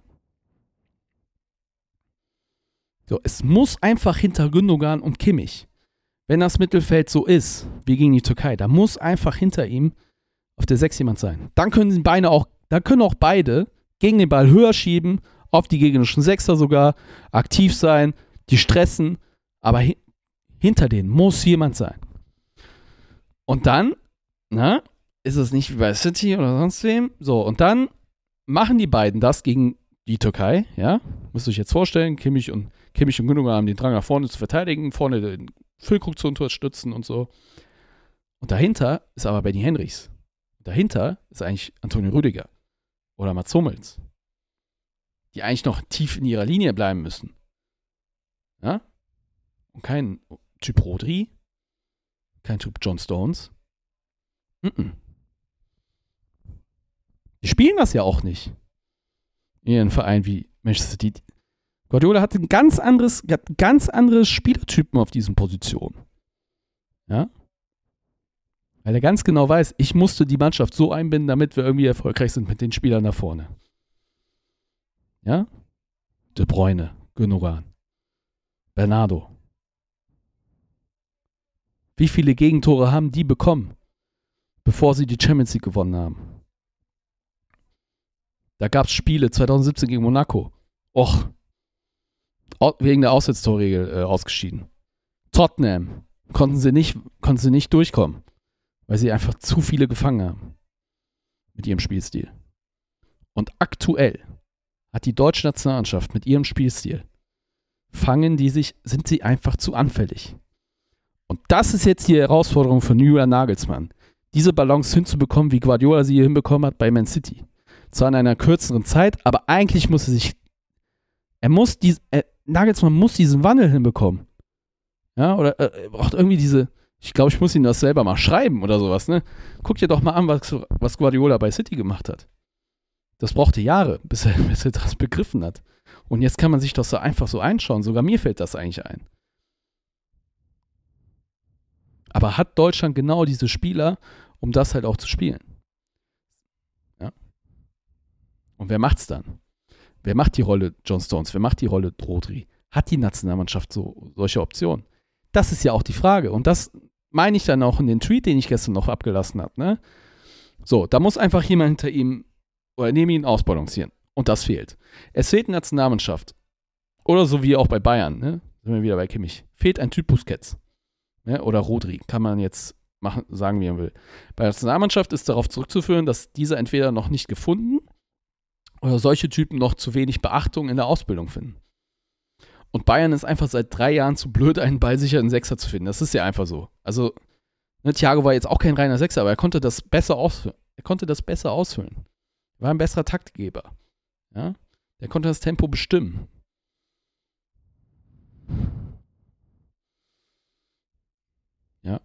So, es muss einfach hinter Gündogan und Kimmich, wenn das Mittelfeld so ist, wie gegen die Türkei, da muss einfach hinter ihm auf der sechs jemand sein. Dann können die Beine auch, dann können auch beide gegen den Ball höher schieben, auf die gegnerischen Sechser sogar, aktiv sein, die stressen, aber hi- hinter denen muss jemand sein. Und dann, na, ist es nicht wie bei City oder sonst wem, so, und dann machen die beiden das gegen die Türkei, ja, müsst ihr euch jetzt vorstellen, Kimmich und Kimmich und Gündogan haben den Drang nach vorne zu verteidigen, vorne den Füllkrug zu unterstützen und so. Und dahinter ist aber Benny Henrichs. Dahinter ist eigentlich Antonio Rüdiger oder Mats Hummels, die eigentlich noch tief in ihrer Linie bleiben müssen. Ja? Und kein Typ Rodri, kein Typ John Stones. Mm-mm. Die spielen das ja auch nicht. In ihren Verein wie Manchester City. Guardiola hat ein ganz anderes, hat ganz anderes Spielertypen auf diesen Positionen. Ja? Weil er ganz genau weiß, ich musste die Mannschaft so einbinden, damit wir irgendwie erfolgreich sind mit den Spielern da vorne. Ja? De Bruyne, Gündogan, Bernardo. Wie viele Gegentore haben die bekommen, bevor sie die Champions League gewonnen haben? Da gab es Spiele, zwanzig siebzehn gegen Monaco. Och, wegen der Auswärtstorregel äh, ausgeschieden. Tottenham konnten sie nicht, konnten sie nicht durchkommen, weil sie einfach zu viele gefangen haben mit ihrem Spielstil. Und aktuell hat die deutsche Nationalmannschaft mit ihrem Spielstil, fangen die sich, sind sie einfach zu anfällig. Und das ist jetzt die Herausforderung für Julian Nagelsmann, diese Balance hinzubekommen, wie Guardiola sie hier hinbekommen hat bei Man City. Zwar in einer kürzeren Zeit, aber eigentlich muss er sich, er muss, dies, er, Nagelsmann muss diesen Wandel hinbekommen. Ja, oder äh, er braucht irgendwie diese, ich glaube, ich muss ihm das selber mal schreiben oder sowas, ne? Guck dir doch mal an, was, was Guardiola bei City gemacht hat. Das brauchte Jahre, bis er, bis er das begriffen hat. Und jetzt kann man sich das so einfach so einschauen. Sogar mir fällt das eigentlich ein. Aber hat Deutschland genau diese Spieler, um das halt auch zu spielen? Ja. Und wer macht's dann? Wer macht die Rolle John Stones? Wer macht die Rolle Rodri? Hat die Nationalmannschaft so solche Optionen? Das ist ja auch die Frage. Und das meine ich dann auch in den Tweet, den ich gestern noch abgelassen habe. Ne? So, da muss einfach jemand hinter ihm oder neben ihm ausbalancieren. Und das fehlt. Es fehlt eine Nationalmannschaft. Oder so wie auch bei Bayern. Ne? Sind wir wieder bei Kimmich. Fehlt ein Typ Busquets. Ne? Oder Rodri. Kann man jetzt machen, sagen, wie man will. Bei der Nationalmannschaft ist darauf zurückzuführen, dass diese entweder noch nicht gefunden oder solche Typen noch zu wenig Beachtung in der Ausbildung finden. Und Bayern ist einfach seit drei Jahren zu blöd, einen ballsicheren Sechser zu finden. Das ist ja einfach so. Also, ne, Thiago war jetzt auch kein reiner Sechser, aber er konnte das besser ausfüllen. Er konnte das besser ausfüllen. Er war ein besserer Taktgeber. Ja? Der konnte das Tempo bestimmen. Ja.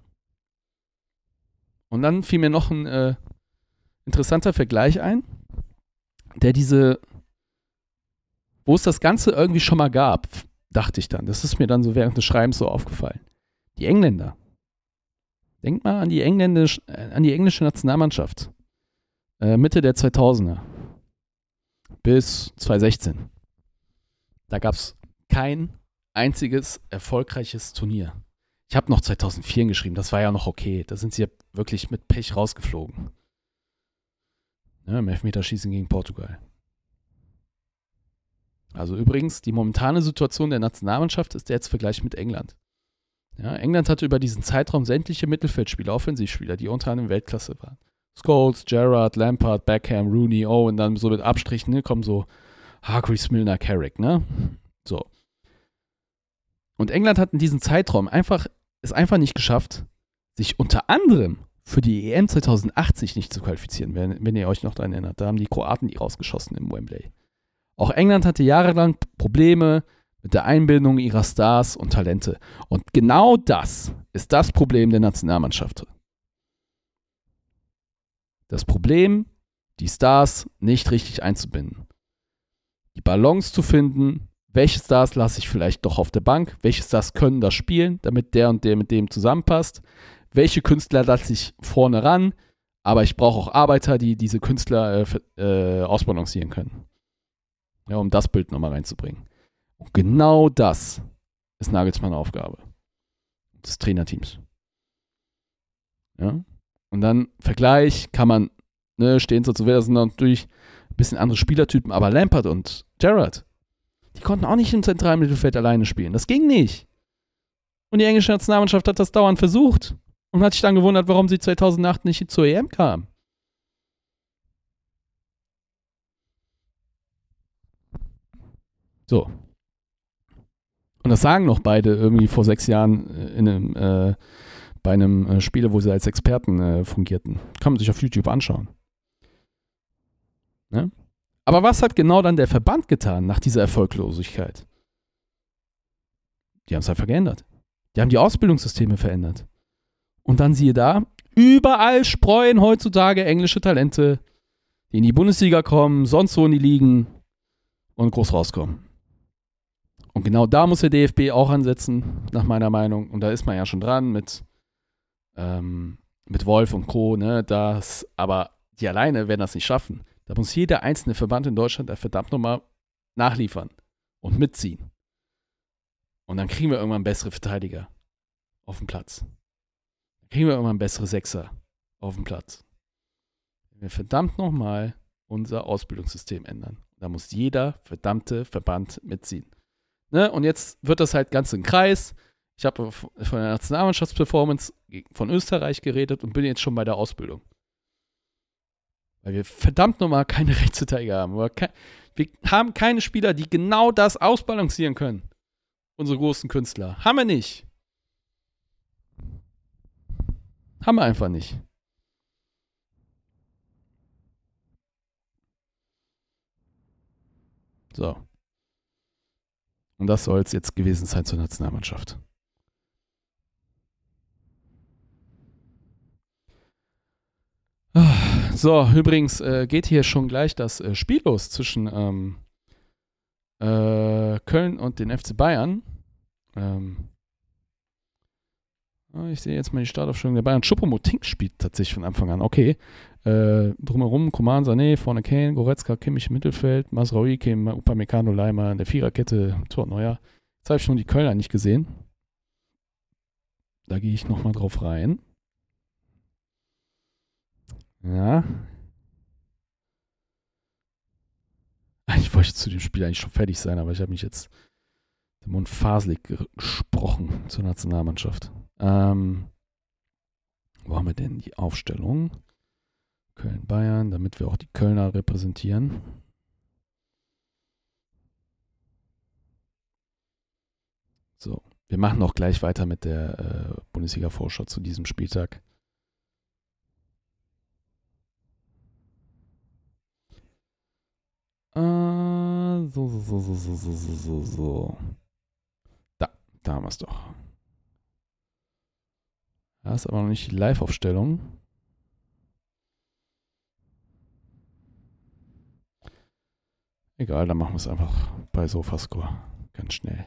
Und dann fiel mir noch ein äh, interessanter Vergleich ein, der diese, wo es das Ganze irgendwie schon mal gab, dachte ich dann. Das ist mir dann so während des Schreibens so aufgefallen. Die Engländer. Denkt mal an die, Engländisch, äh, an die englische Nationalmannschaft. Äh, Mitte der zweitausender. Bis zwanzig sechzehn. Da gab es kein einziges erfolgreiches Turnier. Ich habe noch zweitausendvier geschrieben, das war ja noch okay. Da sind sie ja wirklich mit Pech rausgeflogen. Ja, im Elfmeterschießen gegen Portugal. Also übrigens, die momentane Situation der Nationalmannschaft ist der jetzt Vergleich mit England. Ja, England hatte über diesen Zeitraum sämtliche Mittelfeldspieler, Offensivspieler, die unter anderem Weltklasse waren. Scholes, Gerrard, Lampard, Beckham, Rooney, oh, und dann so mit Abstrichen, ne, kommen so Hargreaves, Milner, Carrick, ne? So. Und England hat in diesem Zeitraum einfach, es einfach nicht geschafft, sich unter anderem für die E M zweitausendachtzig nicht zu qualifizieren, wenn, wenn ihr euch noch daran erinnert. Da haben die Kroaten die rausgeschossen im Wembley. Auch England hatte jahrelang Probleme mit der Einbindung ihrer Stars und Talente. Und genau das ist das Problem der Nationalmannschaft. Das Problem, die Stars nicht richtig einzubinden. Die Balance zu finden, welche Stars lasse ich vielleicht doch auf der Bank, welche Stars können das spielen, damit der und der mit dem zusammenpasst, welche Künstler lasse ich vorne ran, aber ich brauche auch Arbeiter, die diese Künstler äh, äh, ausbalancieren können. Ja, um das Bild nochmal reinzubringen. Und genau das ist Nagelsmanns Aufgabe des Trainerteams. Ja? Und dann Vergleich kann man, ne, stehen so zu Wetter, sind natürlich ein bisschen andere Spielertypen, aber Lampard und Gerrard, die konnten auch nicht im zentralen Mittelfeld alleine spielen. Das ging nicht. Und die englische Nationalmannschaft hat das dauernd versucht und hat sich dann gewundert, warum sie zweitausendacht nicht zur E M kam. So. Und das sagen noch beide irgendwie vor sechs Jahren in einem, äh, bei einem äh, Spiel, wo sie als Experten äh, fungierten. Kann man sich auf YouTube anschauen. Ne? Aber was hat genau dann der Verband getan nach dieser Erfolglosigkeit? Die haben es einfach geändert. Die haben die Ausbildungssysteme verändert. Und dann siehe da, überall spreuen heutzutage englische Talente, die in die Bundesliga kommen, sonst wo in die Ligen und groß rauskommen. Und genau da muss der D F B auch ansetzen, nach meiner Meinung. Und da ist man ja schon dran mit, ähm, mit Wolf und Co. Ne? Das, aber die alleine werden das nicht schaffen. Da muss jeder einzelne Verband in Deutschland verdammt nochmal nachliefern und mitziehen. Und dann kriegen wir irgendwann bessere Verteidiger auf dem Platz. Dann kriegen wir irgendwann bessere Sechser auf dem Platz. Wenn wir verdammt nochmal unser Ausbildungssystem ändern. Da muss jeder verdammte Verband mitziehen. Ne? Und jetzt wird das halt ganz im Kreis. Ich habe von der Nationalmannschaftsperformance von Österreich geredet und bin jetzt schon bei der Ausbildung. Weil wir verdammt nochmal keine Rechtsverteidiger haben. Wir haben keine Spieler, die genau das ausbalancieren können. Unsere großen Künstler. Haben wir nicht. Haben wir einfach nicht. So. Und das soll es jetzt gewesen sein zur Nationalmannschaft. So, übrigens äh, geht hier schon gleich das äh, Spiel los zwischen ähm, äh, Köln und den F C Bayern. Ähm, ich sehe jetzt mal die Startaufstellung der Bayern. Choupo-Moting spielt tatsächlich von Anfang an. Okay. Äh, drumherum Coman, Sané, vorne Kane, Goretzka, Kimmich im Mittelfeld, Mazraoui, Kim, Upamecano, Leimer in der Viererkette, Tor Neuer. Jetzt habe ich schon die Kölner nicht gesehen. Da gehe ich nochmal drauf rein. Ja. Ich wollte zu dem Spiel eigentlich schon fertig sein, aber ich habe mich jetzt den Mund faselig gesprochen zur Nationalmannschaft. Ähm, wo haben wir denn die Aufstellung? Köln-Bayern, damit wir auch die Kölner repräsentieren. So, wir machen auch gleich weiter mit der äh, Bundesliga-Vorschau zu diesem Spieltag. Äh, so, so, so, so, so, so, so, so, so. Da, da haben wir es doch. Das ist aber noch nicht die Live-Aufstellung. Egal, dann machen wir es einfach bei Sofascore. Ganz schnell.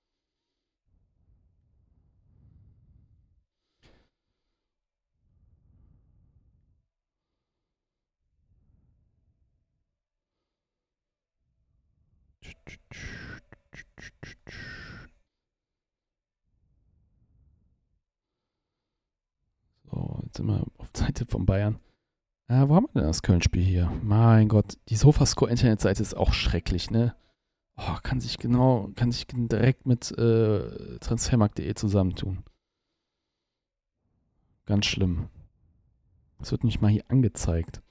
So, jetzt sind wir auf der Seite von Bayern. Äh, wo haben wir denn das Köln-Spiel hier? Mein Gott, die Sofascore-Internetseite ist auch schrecklich, ne? Oh, kann sich genau, kann sich direkt mit äh, transfermarkt punkt de zusammentun. Ganz schlimm. Das wird nicht mal hier angezeigt.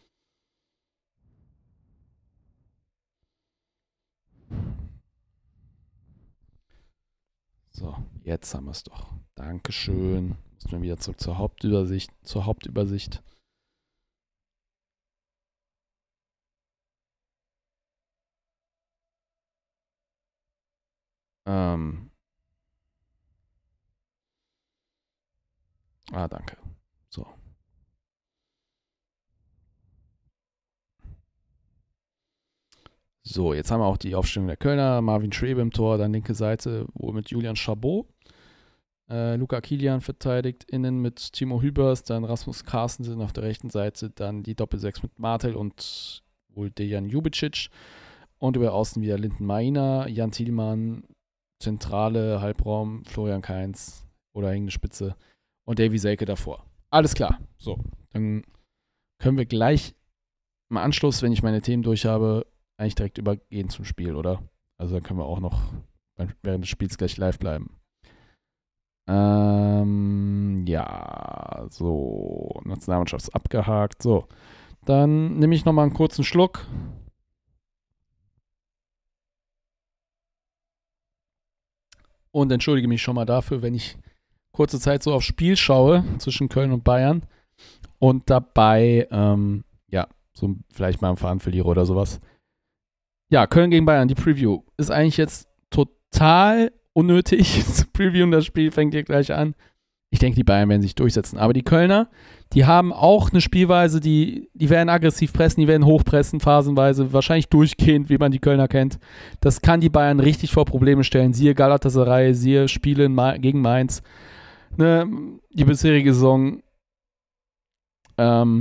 So, jetzt haben wir es doch. Dankeschön. Müssen wir wieder zurück zur Hauptübersicht. Zur Hauptübersicht. Ähm. Ah, danke. So. So, jetzt haben wir auch die Aufstellung der Kölner. Marvin Schwebe im Tor, dann linke Seite, wohl mit Julian Chabot. Äh, Luca Kilian verteidigt innen mit Timo Hübers, dann Rasmus Carstensen auf der rechten Seite, dann die Doppelsechs mit Martel und wohl Dejan Ljubicic. Und über außen wieder Linden Maina, Jan Thielmann, Zentrale, Halbraum, Florian Kainz oder hängende Spitze und Davy Selke davor. Alles klar. So, dann können wir gleich im Anschluss, wenn ich meine Themen durch habe, eigentlich direkt übergehen zum Spiel, oder? Also dann können wir auch noch während des Spiels gleich live bleiben. Ähm, ja, so, Nationalmannschaft ist abgehakt. So, dann nehme ich nochmal einen kurzen Schluck. Und entschuldige mich schon mal dafür, wenn ich kurze Zeit so aufs Spiel schaue zwischen Köln und Bayern und dabei, ähm, ja, so vielleicht mal einen Faden verliere oder sowas. Ja, Köln gegen Bayern, die Preview ist eigentlich jetzt total unnötig zu previewen. Das Spiel fängt hier gleich an. Ich denke, die Bayern werden sich durchsetzen. Aber die Kölner, die haben auch eine Spielweise, die, die werden aggressiv pressen, die werden hochpressen, phasenweise, wahrscheinlich durchgehend, wie man die Kölner kennt. Das kann die Bayern richtig vor Probleme stellen. Siehe Galatasaray, siehe Spiele in Ma- gegen Mainz. Ne, die bisherige Saison ähm,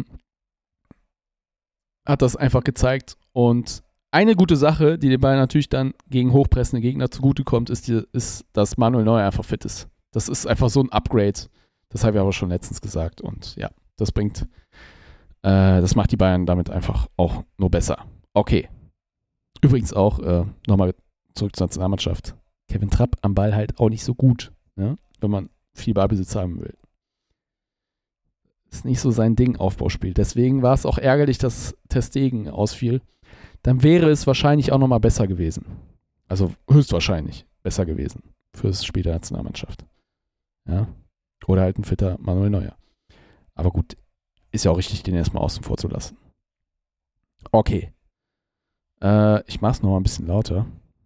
hat das einfach gezeigt. Und eine gute Sache, die den Bayern natürlich dann gegen hochpressende Gegner zugutekommt, ist, die, ist, dass Manuel Neuer einfach fit ist. Das ist einfach so ein Upgrade. Das habe ich aber schon letztens gesagt. Und ja, das bringt, äh, das macht die Bayern damit einfach auch nur besser. Okay. Übrigens auch, äh, nochmal zurück zur Nationalmannschaft. Kevin Trapp am Ball halt auch nicht so gut, ne? Wenn man viel Ballbesitz haben will. Ist nicht so sein Ding, Aufbauspiel. Deswegen war es auch ärgerlich, dass Ter Stegen ausfiel. Dann wäre es wahrscheinlich auch nochmal besser gewesen. Also höchstwahrscheinlich besser gewesen für das Spiel der Nationalmannschaft. Ja. Oder halt ein fitter Manuel Neuer. Aber gut, ist ja auch richtig, den erstmal außen vor zu lassen. Okay. Äh, ich mach's nochmal ein bisschen lauter.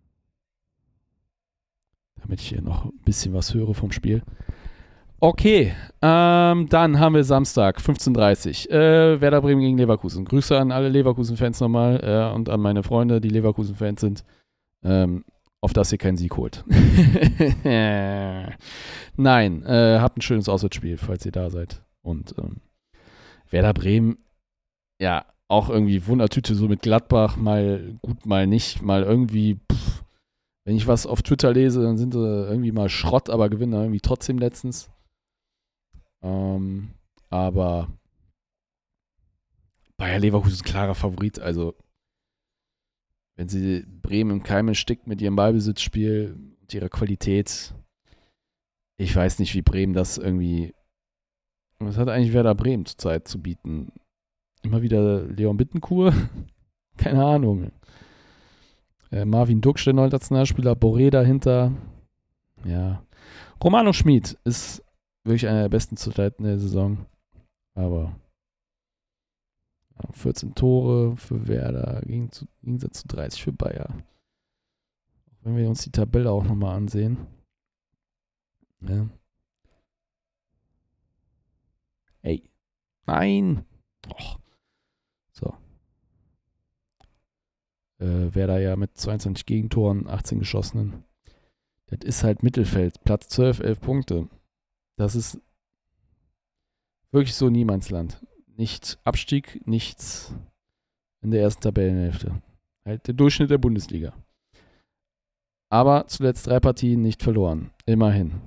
Damit ich hier noch ein bisschen was höre vom Spiel. Okay, ähm, dann haben wir Samstag, fünfzehn Uhr dreißig. Äh, Werder Bremen gegen Leverkusen. Grüße an alle Leverkusen-Fans nochmal äh, und an meine Freunde, die Leverkusen-Fans sind. Ähm, auf dass ihr keinen Sieg holt. Nein, äh, habt ein schönes Auswärtsspiel, falls ihr da seid. Und ähm, Werder Bremen, ja, auch irgendwie Wundertüte, so mit Gladbach, mal gut, mal nicht, mal irgendwie, pff, wenn ich was auf Twitter lese, dann sind sie irgendwie mal Schrott, aber gewinnen irgendwie trotzdem letztens. Ähm, aber Bayer Leverkusen ist ein klarer Favorit. Also, wenn sie Bremen im Keim erstickt mit ihrem Ballbesitzspiel und ihrer Qualität, ich weiß nicht, wie Bremen das irgendwie. Was hat eigentlich Werder Bremen zurzeit zu bieten? Immer wieder Leon Bittencourt? Keine Ahnung. Äh, Marvin Duksch, der neue Nationalspieler, Boré dahinter. Ja. Romano Schmid ist wirklich einer der besten zurzeit in der Saison. Aber ja, vierzehn Tore für Werder, im Gegensatz zu dreißig für Bayer. Wenn wir uns die Tabelle auch nochmal ansehen. Ja. Ey. Nein. Och. So. Äh, Werder ja mit zweiundzwanzig Gegentoren, achtzehn geschossenen. Das ist halt Mittelfeld. Platz zwölf, elf Punkte. Das ist wirklich so Niemandsland. Nicht Abstieg, nichts in der ersten Tabellenhälfte. Halt der Durchschnitt der Bundesliga. Aber zuletzt drei Partien nicht verloren. Immerhin.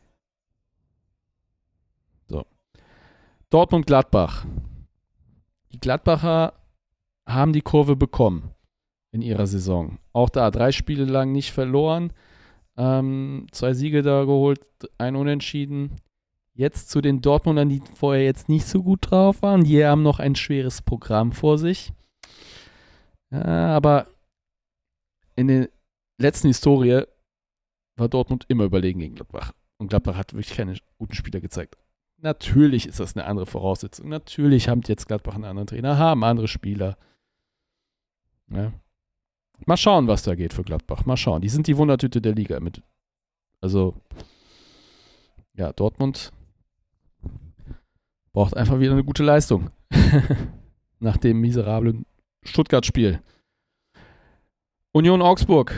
So. Dortmund-Gladbach. Die Gladbacher haben die Kurve bekommen in ihrer Saison. Auch da drei Spiele lang nicht verloren. Ähm, zwei Siege da geholt, ein Unentschieden. Jetzt zu den Dortmundern, die vorher jetzt nicht so gut drauf waren. Die haben noch ein schweres Programm vor sich. Ja, aber in der letzten Historie war Dortmund immer überlegen gegen Gladbach. Und Gladbach hat wirklich keine guten Spieler gezeigt. Natürlich ist das eine andere Voraussetzung. Natürlich haben jetzt Gladbach einen anderen Trainer, haben andere Spieler. Ja. Mal schauen, was da geht für Gladbach. Mal schauen. Die sind die Wundertüte der Liga. Mit, also, ja, Dortmund braucht einfach wieder eine gute Leistung. Nach dem miserablen Stuttgart-Spiel. Union Augsburg.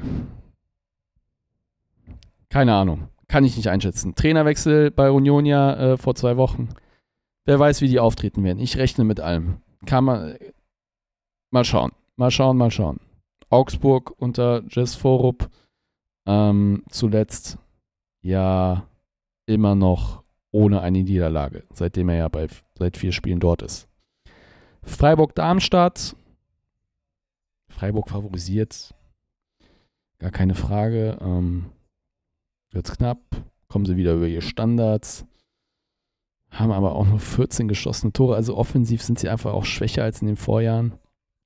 Keine Ahnung. Kann ich nicht einschätzen. Trainerwechsel bei Union ja äh, vor zwei Wochen. Wer weiß, wie die auftreten werden. Ich rechne mit allem. Kann man. Mal schauen. Mal schauen, mal schauen. Augsburg unter Jess Vorup. Ähm, zuletzt ja immer noch ohne eine Niederlage, seitdem er ja bei, seit vier Spielen dort ist. Freiburg-Darmstadt. Freiburg favorisiert. Gar keine Frage. Ähm, wird's knapp. Kommen sie wieder über ihre Standards. Haben aber auch nur vierzehn geschossene Tore. Also offensiv sind sie einfach auch schwächer als in den Vorjahren.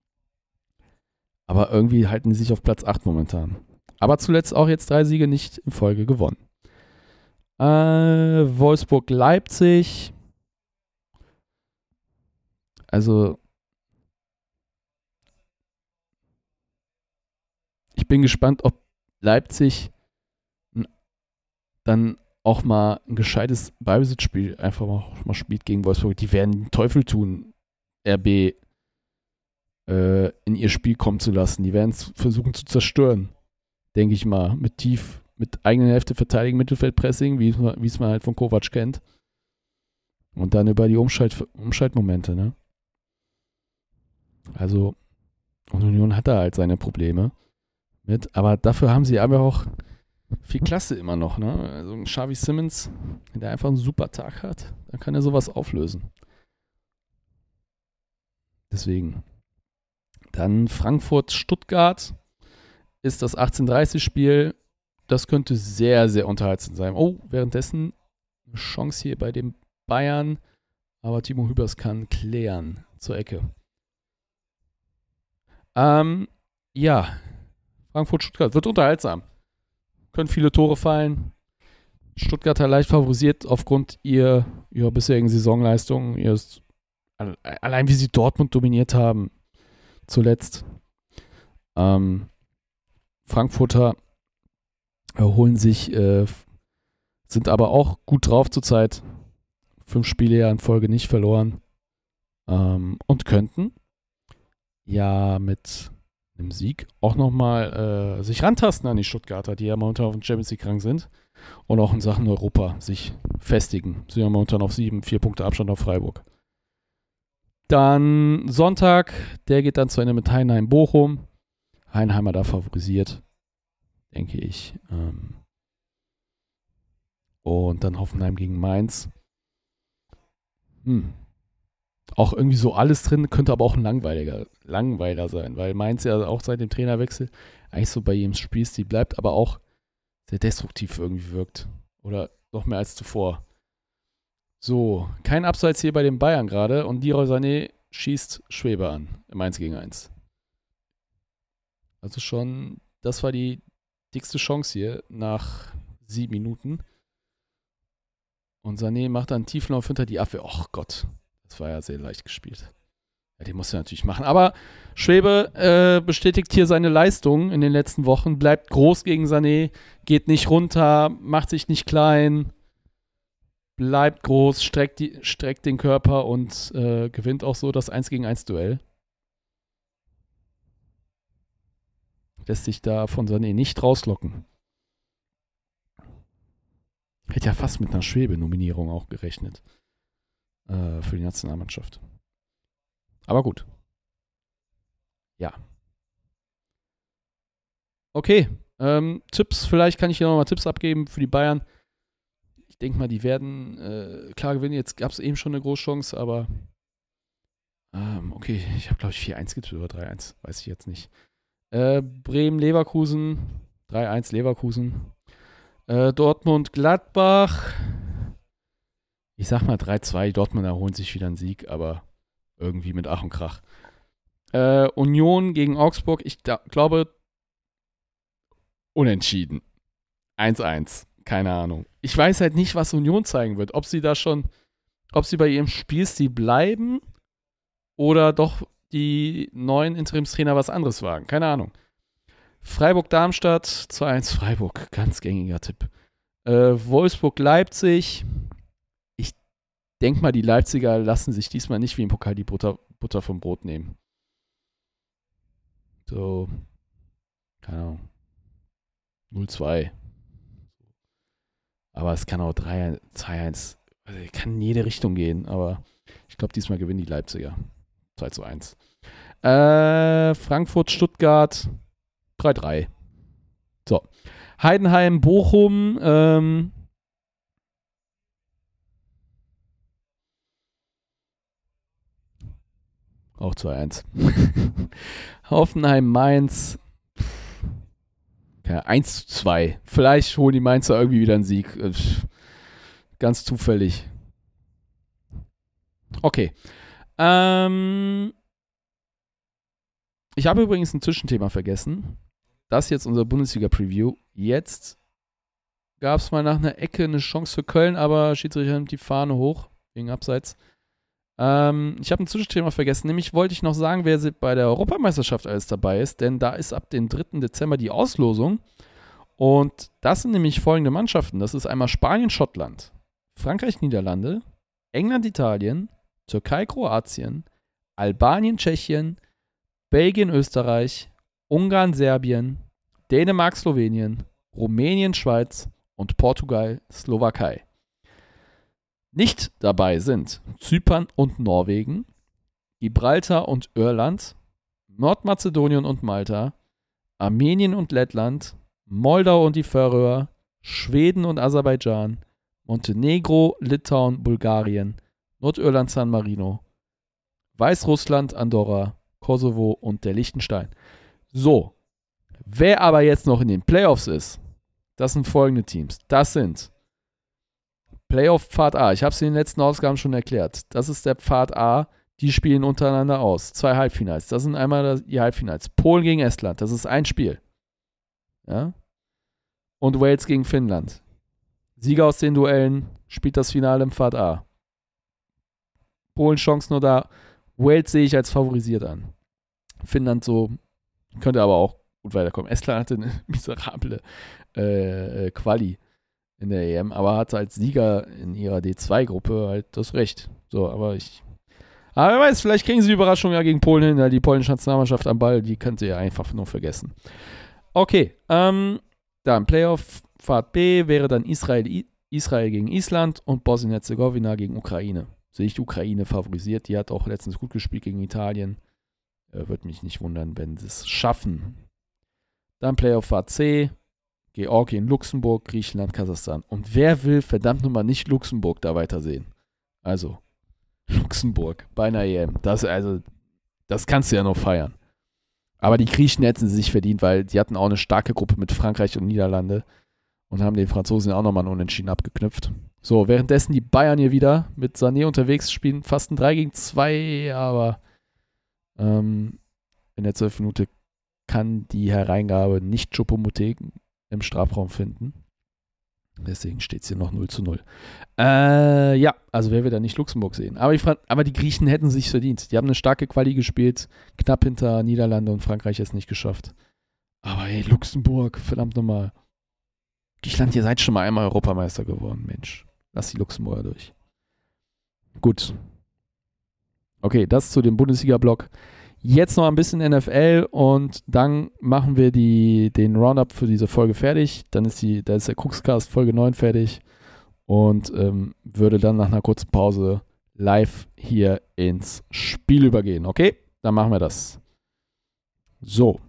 Aber irgendwie halten sie sich auf Platz acht momentan. Aber zuletzt auch jetzt drei Siege nicht in Folge gewonnen. Äh, Wolfsburg-Leipzig. Also ich bin gespannt, ob Leipzig dann auch mal ein gescheites Ballbesitzspiel einfach mal, mal spielt gegen Wolfsburg. Die werden den Teufel tun, R B äh, in ihr Spiel kommen zu lassen. Die werden es versuchen zu zerstören, denke ich mal. Mit tief, mit eigener Hälfte verteidigen, Mittelfeldpressing, wie es man halt von Kovac kennt. Und dann über die Umschalt, Umschaltmomente, ne? Also, und Union hat da halt seine Probleme mit, aber dafür haben sie aber auch viel Klasse immer noch, ne? Also ein Xavi Simons, der einfach einen super Tag hat, dann kann er sowas auflösen. Deswegen. Dann Frankfurt-Stuttgart ist das achtzehn Uhr dreißig Spiel. Das könnte sehr, sehr unterhaltsam sein. Oh, währenddessen eine Chance hier bei den Bayern, aber Timo Hübers kann klären zur Ecke. Ähm, ja, Frankfurt-Stuttgart wird unterhaltsam. Können viele Tore fallen. Stuttgarter leicht favorisiert aufgrund ihrer, ihrer bisherigen Saisonleistung. Ihres, allein wie sie Dortmund dominiert haben zuletzt. Ähm, Frankfurter erholen sich, äh, sind aber auch gut drauf zurzeit. Fünf Spiele ja in Folge nicht verloren. Ähm, und könnten ja mit einem Sieg auch nochmal äh, sich rantasten an die Stuttgarter, die ja momentan auf dem Champions League Rang sind und auch in Sachen Europa sich festigen. Sie haben momentan auf sieben, vier Punkte Abstand auf Freiburg. Dann Sonntag, der geht dann zu Ende mit Heidenheim-Bochum. Heidenheimer da favorisiert, denke ich. Ähm und dann Hoffenheim gegen Mainz. Hm. Auch irgendwie so alles drin, könnte aber auch ein langweiliger, langweiler sein, weil Mainz ja auch seit dem Trainerwechsel eigentlich so bei jedem Spielstil bleibt, aber auch sehr destruktiv irgendwie wirkt. Oder noch mehr als zuvor. So, kein Abseits hier bei den Bayern gerade und Leroy Sané schießt Schwebe an im eins gegen eins. Also schon, das war die dickste Chance hier nach sieben Minuten. Und Sané macht dann Tieflauf hinter die Abwehr. Och Gott. Das war ja sehr leicht gespielt. Ja, den muss er natürlich machen. Aber Schwebe äh, bestätigt hier seine Leistung in den letzten Wochen, bleibt groß gegen Sané, geht nicht runter, macht sich nicht klein, bleibt groß, streckt, die, streckt den Körper und äh, gewinnt auch so das eins gegen eins Duell. Lässt sich da von Sané nicht rauslocken. Hätte ja fast mit einer Schwebe-Nominierung auch gerechnet. Für die Nationalmannschaft. Aber gut. Ja. Okay. Ähm, Tipps, vielleicht kann ich hier nochmal Tipps abgeben für die Bayern. Ich denke mal, die werden äh, klar gewinnen. Jetzt gab es eben schon eine Großchance, aber ähm, okay, ich habe glaube ich vier eins getippt oder drei eins. Weiß ich jetzt nicht. Äh, Bremen-Leverkusen. drei eins Leverkusen. Äh, Dortmund-Gladbach. Ich sag mal drei zwei, Dortmund erholen sich wieder einen Sieg, aber irgendwie mit Ach und Krach. Äh, Union gegen Augsburg, ich da, glaube, unentschieden. eins eins, keine Ahnung. Ich weiß halt nicht, was Union zeigen wird. Ob sie da schon, ob sie bei ihrem Spielstil bleiben oder doch die neuen Interimstrainer was anderes wagen. Keine Ahnung. Freiburg-Darmstadt, zwei eins Freiburg, ganz gängiger Tipp. Äh, Wolfsburg-Leipzig, ich denke mal, die Leipziger lassen sich diesmal nicht wie im Pokal die Butter, Butter vom Brot nehmen. So, keine Ahnung, null zwei. Aber es kann auch drei zwei eins, also kann in jede Richtung gehen, aber ich glaube, diesmal gewinnen die Leipziger. zwei zu eins. Äh, Frankfurt-Stuttgart, drei drei. So. Heidenheim, Bochum, ähm, auch zwei eins. Hoffenheim, Mainz, ja, eins zu zwei. Vielleicht holen die Mainzer irgendwie wieder einen Sieg. Ganz zufällig. Okay. Ähm, ich habe übrigens ein Zwischenthema vergessen. Das ist jetzt unser Bundesliga-Preview. Jetzt gab es mal nach einer Ecke eine Chance für Köln, aber Schiedsrichter nimmt die Fahne hoch, wegen Abseits. Ähm, ich habe ein Zwischenthema vergessen, nämlich wollte ich noch sagen, wer bei der Europameisterschaft alles dabei ist, denn da ist ab dem dritten Dezember die Auslosung. Und das sind nämlich folgende Mannschaften. Das ist einmal Spanien, Schottland, Frankreich, Niederlande, England, Italien, Türkei, Kroatien, Albanien, Tschechien, Belgien, Österreich, Ungarn, Serbien, Dänemark, Slowenien, Rumänien, Schweiz und Portugal, Slowakei. Nicht dabei sind Zypern und Norwegen, Gibraltar und Irland, Nordmazedonien und Malta, Armenien und Lettland, Moldau und die Färöer, Schweden und Aserbaidschan, Montenegro, Litauen, Bulgarien, Nordirland, San Marino, Weißrussland, Andorra, Kosovo und der Liechtenstein. So, wer aber jetzt noch in den Playoffs ist, das sind folgende Teams. Das sind Playoff-Pfad A. Ich habe es in den letzten Ausgaben schon erklärt. Das ist der Pfad A. Die spielen untereinander aus. Zwei Halbfinals. Das sind einmal die Halbfinals. Polen gegen Estland. Das ist ein Spiel. Ja? Und Wales gegen Finnland. Sieger aus den Duellen spielt das Finale im Pfad A. Polen Chance nur da. Wales sehe ich als favorisiert an. Finnland so, könnte aber auch gut weiterkommen. Estland hatte eine miserable äh, Quali in der E M, aber hatte als Sieger in ihrer D zwei Gruppe halt das Recht. So, aber ich. Aber wer weiß, vielleicht kriegen sie die Überraschung ja gegen Polen hin, ja, die polnische Nationalmannschaft am Ball, die könnt ihr ja einfach nur vergessen. Okay, ähm, dann Playoff Pfad B wäre dann Israel, Israel gegen Island und Bosnien-Herzegowina gegen Ukraine. Sehe ich die Ukraine favorisiert, die hat auch letztens gut gespielt gegen Italien. Äh, Würde mich nicht wundern, wenn sie es schaffen. Dann Playoff Pfad C, Georgien, Luxemburg, Griechenland, Kasachstan. Und wer will verdammt nochmal nicht Luxemburg da weitersehen? Also, Luxemburg bei einer E M. Das, also, das kannst du ja noch feiern. Aber die Griechen hätten sie sich verdient, weil die hatten auch eine starke Gruppe mit Frankreich und Niederlande und haben den Franzosen auch nochmal einen Unentschieden abgeknüpft. So, währenddessen die Bayern hier wieder mit Sané unterwegs spielen fast ein drei gegen zwei, aber ähm, in der zwölften Minute kann die Hereingabe nicht Choupo-Moting im Strafraum finden. Deswegen steht es hier noch null zu null. Äh, ja, also wer will da nicht Luxemburg sehen. Aber, ich frag, aber die Griechen hätten sich verdient. Die haben eine starke Quali gespielt, knapp hinter Niederlande und Frankreich es nicht geschafft. Aber hey, Luxemburg, verdammt nochmal. Griechenland, ihr seid schon mal einmal Europameister geworden, Mensch. Lass die Luxemburger durch. Gut. Okay, das zu dem Bundesliga-Block. Jetzt noch ein bisschen N F L und dann machen wir die, den Roundup für diese Folge fertig. Dann ist, die, da ist der Cruxcast Folge neun fertig und ähm, würde dann nach einer kurzen Pause live hier ins Spiel übergehen. Okay, dann machen wir das. So.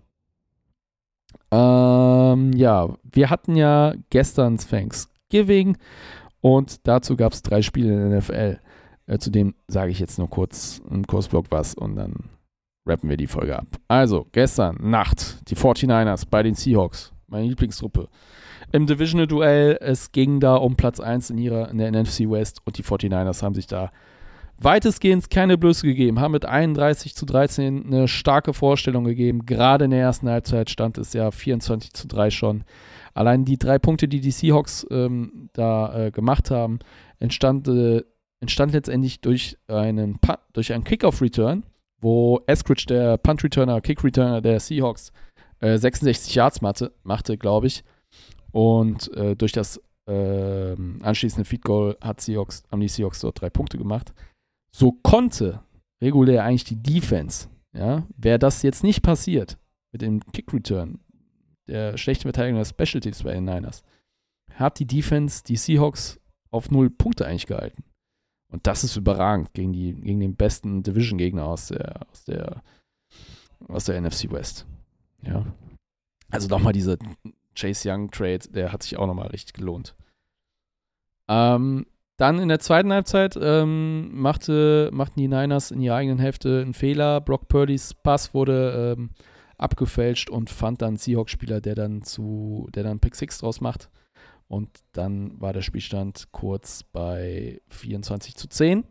Ähm, ja, wir hatten ja gestern Thanksgiving und dazu gab es drei Spiele in der N F L. Äh, zu dem sage ich jetzt nur kurz einen Kurzblock was und dann rappen wir die Folge ab. Also, gestern Nacht, die forty-niners bei den Seahawks. meine Lieblingstruppe. Im Divisional-Duell, es ging da um Platz eins in, ihrer, in der N F C West und die forty-niners haben sich da weitestgehend keine Blöße gegeben, haben mit einunddreißig zu dreizehn eine starke Vorstellung gegeben. Gerade in der ersten Halbzeit stand es ja vierundzwanzig zu drei schon. Allein die drei Punkte, die die Seahawks ähm, da äh, gemacht haben, entstand, äh, entstand letztendlich durch einen, durch einen Kickoff-Return, wo Eskridge, der Punt-Returner, Kick-Returner der Seahawks, äh, sechsundsechzig Yards machte, machte glaube ich. Und äh, durch das äh, anschließende Field Goal hat Seahawks, haben die Seahawks dort drei Punkte gemacht. So konnte regulär eigentlich die Defense, ja, wäre das jetzt nicht passiert mit dem Kick-Return, der schlechten Verteidigung der Special Teams bei den Niners, hat die Defense die Seahawks auf null Punkte eigentlich gehalten. Und das ist überragend gegen, die, gegen den besten Division-Gegner aus der, aus, der, aus der N F C West. Ja. Also nochmal dieser Chase Young-Trade, der hat sich auch nochmal richtig gelohnt. Ähm, dann in der zweiten Halbzeit ähm, machte, machten die Niners in ihrer eigenen Hälfte einen Fehler. Brock Purdys Pass wurde ähm, abgefälscht und fand dann einen Seahawks-Spieler, der dann zu, der dann Pick six draus macht. Und dann war der Spielstand kurz bei vierundzwanzig zu zehn.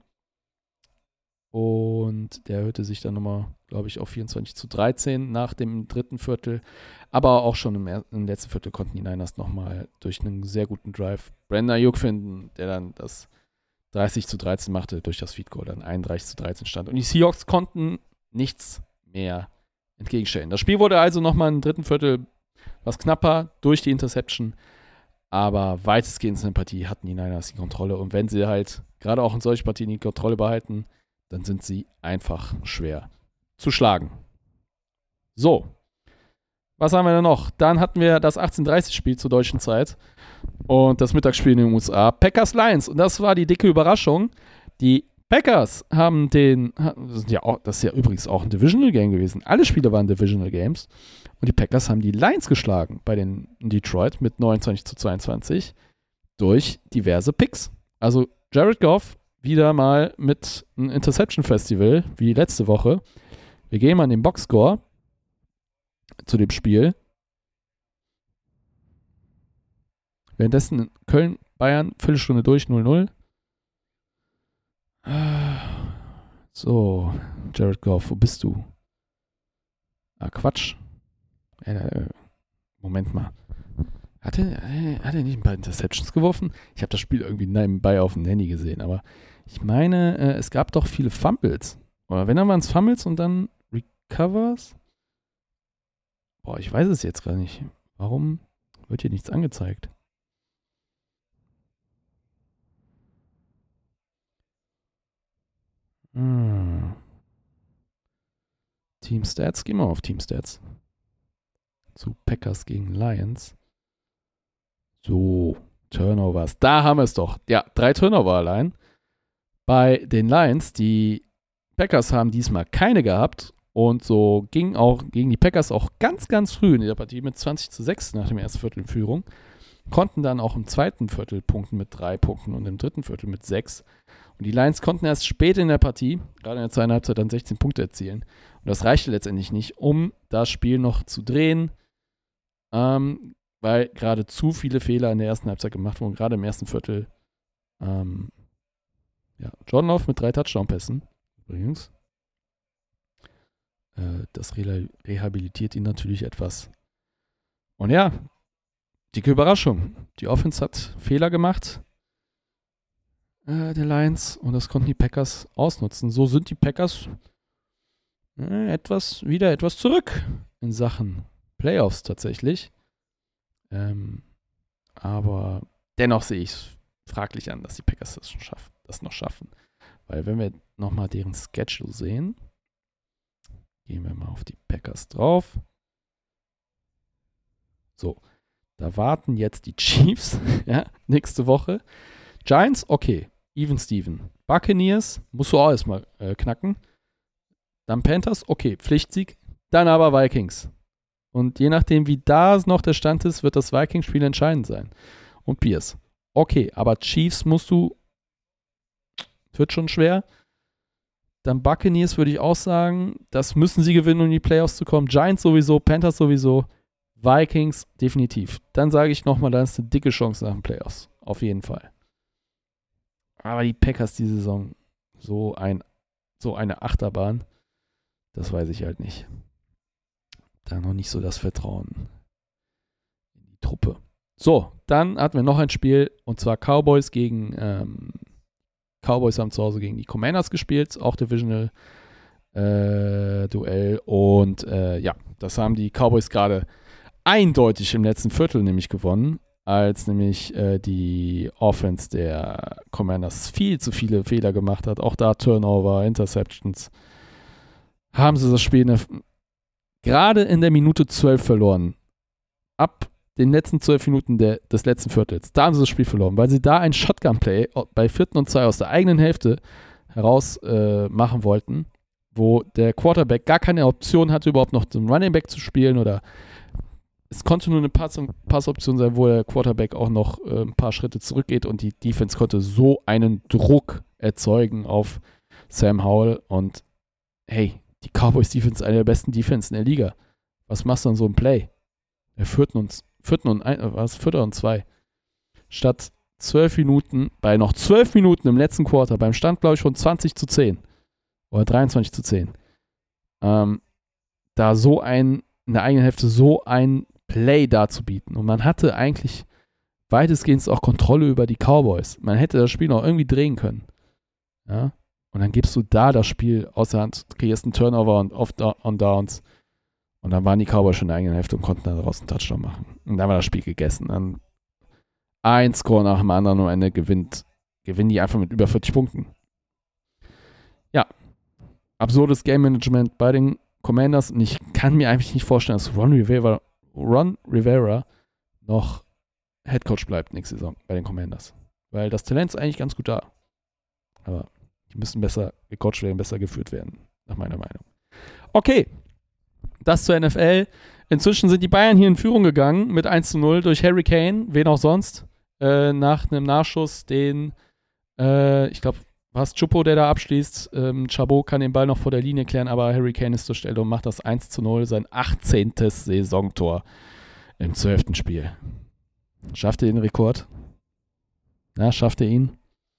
Und der erhöhte sich dann nochmal, glaube ich, auf vierundzwanzig zu dreizehn nach dem dritten Viertel. Aber auch schon im, er- im letzten Viertel konnten die Niners nochmal durch einen sehr guten Drive Brandon Ayuk finden, der dann das dreißig zu dreizehn machte, durch das Field Goal dann einunddreißig zu dreizehn stand. Und die Seahawks konnten nichts mehr entgegenstellen. Das Spiel wurde also nochmal im dritten Viertel was knapper durch die Interception. Aber weitestgehend in der Partie hatten die Niners die Kontrolle. Und wenn sie halt gerade auch in solchen Partien die Kontrolle behalten, dann sind sie einfach schwer zu schlagen. So. Was haben wir denn noch? Dann hatten wir das achtzehn Uhr dreißig-Spiel zur deutschen Zeit. Und das Mittagsspiel in den U S A. Packers Lions. Und das war die dicke Überraschung. Die Packers haben den, das ist ja, auch, das ist ja übrigens auch ein Divisional Game gewesen. Alle Spiele waren Divisional Games. Und die Packers haben die Lions geschlagen bei den Detroit mit neunundzwanzig zu zweiundzwanzig durch diverse Picks. Also Jared Goff wieder mal mit einem Interception Festival wie letzte Woche. Wir gehen mal in den Boxscore zu dem Spiel. Währenddessen in Köln, Bayern, Viertelstunde durch, null null. So, Jared Goff, wo bist du? Ah, Quatsch. Äh, Moment mal. Hat er, hat er nicht ein paar Interceptions geworfen? Ich habe das Spiel irgendwie nebenbei auf dem Handy gesehen, aber ich meine, äh, es gab doch viele Fumbles. Oder wenn, dann waren es Fumbles und dann Recovers? Boah, ich weiß es jetzt gar nicht. Warum wird hier nichts angezeigt? Hm. Team Stats, gehen wir auf Team Stats. Zu Packers gegen Lions. So, Turnovers. Da haben wir es doch. Ja, drei Turnover allein. Bei den Lions, die Packers haben diesmal keine gehabt. Und so ging auch gegen die Packers auch ganz, ganz früh in der Partie mit zwanzig zu sechs nach dem ersten Viertel in Führung. Konnten dann auch im zweiten Viertel punkten mit drei Punkten und im dritten Viertel mit sechs. Und die Lions konnten erst spät in der Partie, gerade in der zweiten Halbzeit, dann sechzehn Punkte erzielen. Und das reichte letztendlich nicht, um das Spiel noch zu drehen. Ähm, weil gerade zu viele Fehler in der ersten Halbzeit gemacht wurden, gerade im ersten Viertel. Ähm, ja, Jordan Love mit drei Touchdown-Pässen, übrigens. Äh, das re- rehabilitiert ihn natürlich etwas. Und ja, dicke Überraschung. Die Offense hat Fehler gemacht, äh, der Lions, und das konnten die Packers ausnutzen. So sind die Packers äh, etwas, wieder etwas zurück in Sachen Playoffs tatsächlich. Ähm, aber dennoch sehe ich es fraglich an, dass die Packers das, schon schaffen, das noch schaffen. Weil wenn wir nochmal deren Schedule sehen, gehen wir mal auf die Packers drauf. So, da warten jetzt die Chiefs ja, nächste Woche. Giants, okay, even Steven. Buccaneers, musst du auch erstmal äh, knacken. Dann Panthers, okay, Pflichtsieg. Dann aber Vikings. Und je nachdem, wie da noch der Stand ist, wird das Vikings-Spiel entscheidend sein. Und Bears. Okay, aber Chiefs musst du, wird schon schwer. Dann Buccaneers würde ich auch sagen, das müssen sie gewinnen, um in die Playoffs zu kommen. Giants sowieso, Panthers sowieso. Vikings definitiv. Dann sage ich nochmal, da ist eine dicke Chance nach den Playoffs. Auf jeden Fall. Aber die Packers die Saison, so, ein, so eine Achterbahn, das weiß ich halt nicht. Da noch nicht so das Vertrauen in die Truppe. So, dann hatten wir noch ein Spiel, und zwar Cowboys gegen ähm, Cowboys haben zu Hause gegen die Commanders gespielt, auch Divisional äh, Duell. Und äh, ja, das haben die Cowboys gerade eindeutig im letzten Viertel nämlich gewonnen, als nämlich äh, die Offense der Commanders viel zu viele Fehler gemacht hat. Auch da Turnover, Interceptions. Haben sie das Spiel in der, gerade in der Minute zwölf verloren. Ab den letzten zwölf Minuten der, des letzten Viertels. Da haben sie das Spiel verloren, weil sie da ein Shotgun-Play bei vierten und zwei aus der eigenen Hälfte heraus äh, machen wollten, wo der Quarterback gar keine Option hatte, überhaupt noch zum Running Back zu spielen, oder es konnte nur eine Pass- Passoption sein, wo der Quarterback auch noch äh, ein paar Schritte zurückgeht, und die Defense konnte so einen Druck erzeugen auf Sam Howell. Und hey, die Cowboys Defense ist eine der besten Defense in der Liga. Was machst du an so einem Play? Der vierten und, vierten und, ein, was? Vierter und zwei. Statt zwölf Minuten, bei noch zwölf Minuten im letzten Quarter, beim Stand, glaube ich, von zwanzig zu zehn oder dreiundzwanzig zu zehn, ähm, da so ein, in der eigenen Hälfte so ein Play darzubieten. Und man hatte eigentlich weitestgehend auch Kontrolle über die Cowboys. Man hätte das Spiel noch irgendwie drehen können. Ja? Und dann gibst du da das Spiel aus der Hand, kriegst einen Turnover und off on Downs. Und dann waren die Cowboys schon in der eigenen Hälfte und konnten daraus einen Touchdown machen. Und dann war das Spiel gegessen. Dann ein Score nach dem anderen, und am Ende gewinnt, gewinnen die einfach mit über vierzig Punkten. Ja, absurdes Game Management bei den Commanders, und ich kann mir eigentlich nicht vorstellen, dass Ron Rivera, Ron Rivera noch Headcoach bleibt nächste Saison bei den Commanders. Weil das Talent ist eigentlich ganz gut da. Aber die müssen besser gecoacht werden, besser geführt werden, nach meiner Meinung. Okay, das zur N F L. Inzwischen sind die Bayern hier in Führung gegangen mit eins zu null durch Harry Kane, wen auch sonst, äh, nach einem Nachschuss, den, äh, ich glaube, was Chupo, der da abschließt. Ähm, Chabot kann den Ball noch vor der Linie klären, aber Harry Kane ist zur Stelle und macht das eins zu null, sein achtzehntes Saisontor im zwölften Spiel. Schafft er den Rekord? Ja, schafft er ihn?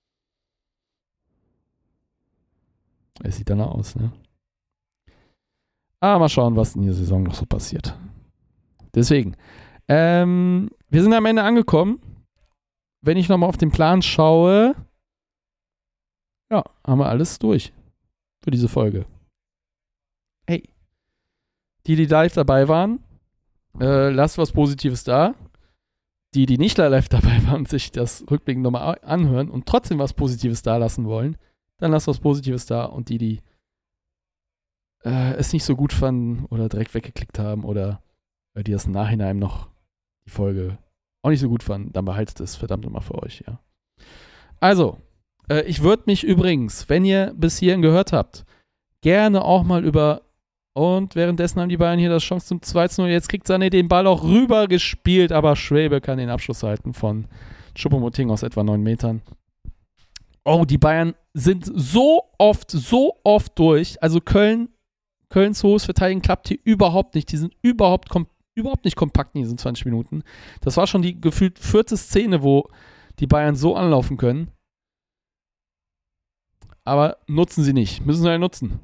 Es sieht danach aus, ne? Aber mal schauen, was in dieser Saison noch so passiert. Deswegen, ähm, wir sind am Ende angekommen. Wenn ich nochmal auf den Plan schaue, ja, haben wir alles durch für diese Folge. Hey, die, die live dabei waren, äh, lasst was Positives da. Die, die nicht live dabei waren und sich das rückblickend nochmal anhören und trotzdem was Positives da lassen wollen, dann lasst was Positives da. Und die, die äh, es nicht so gut fanden oder direkt weggeklickt haben oder äh, die das im Nachhinein noch die Folge auch nicht so gut fanden, dann behaltet es verdammt nochmal für euch, ja. Also, äh, ich würde mich übrigens, wenn ihr bis hierhin gehört habt, gerne auch mal über, und währenddessen haben die Bayern hier das Chance zum zwei zu null. Jetzt kriegt Sané den Ball auch rüber gespielt, aber Schwäbe kann den Abschluss halten von Choupo-Moting aus etwa neun Metern. Oh, die Bayern sind so oft, so oft durch. Also Köln, Kölns hohes Verteidigen klappt hier überhaupt nicht. Die sind überhaupt, kom- überhaupt nicht kompakt in diesen zwanzig Minuten. Das war schon die gefühlt vierte Szene, wo die Bayern so anlaufen können. Aber nutzen sie nicht. Müssen sie ja nutzen.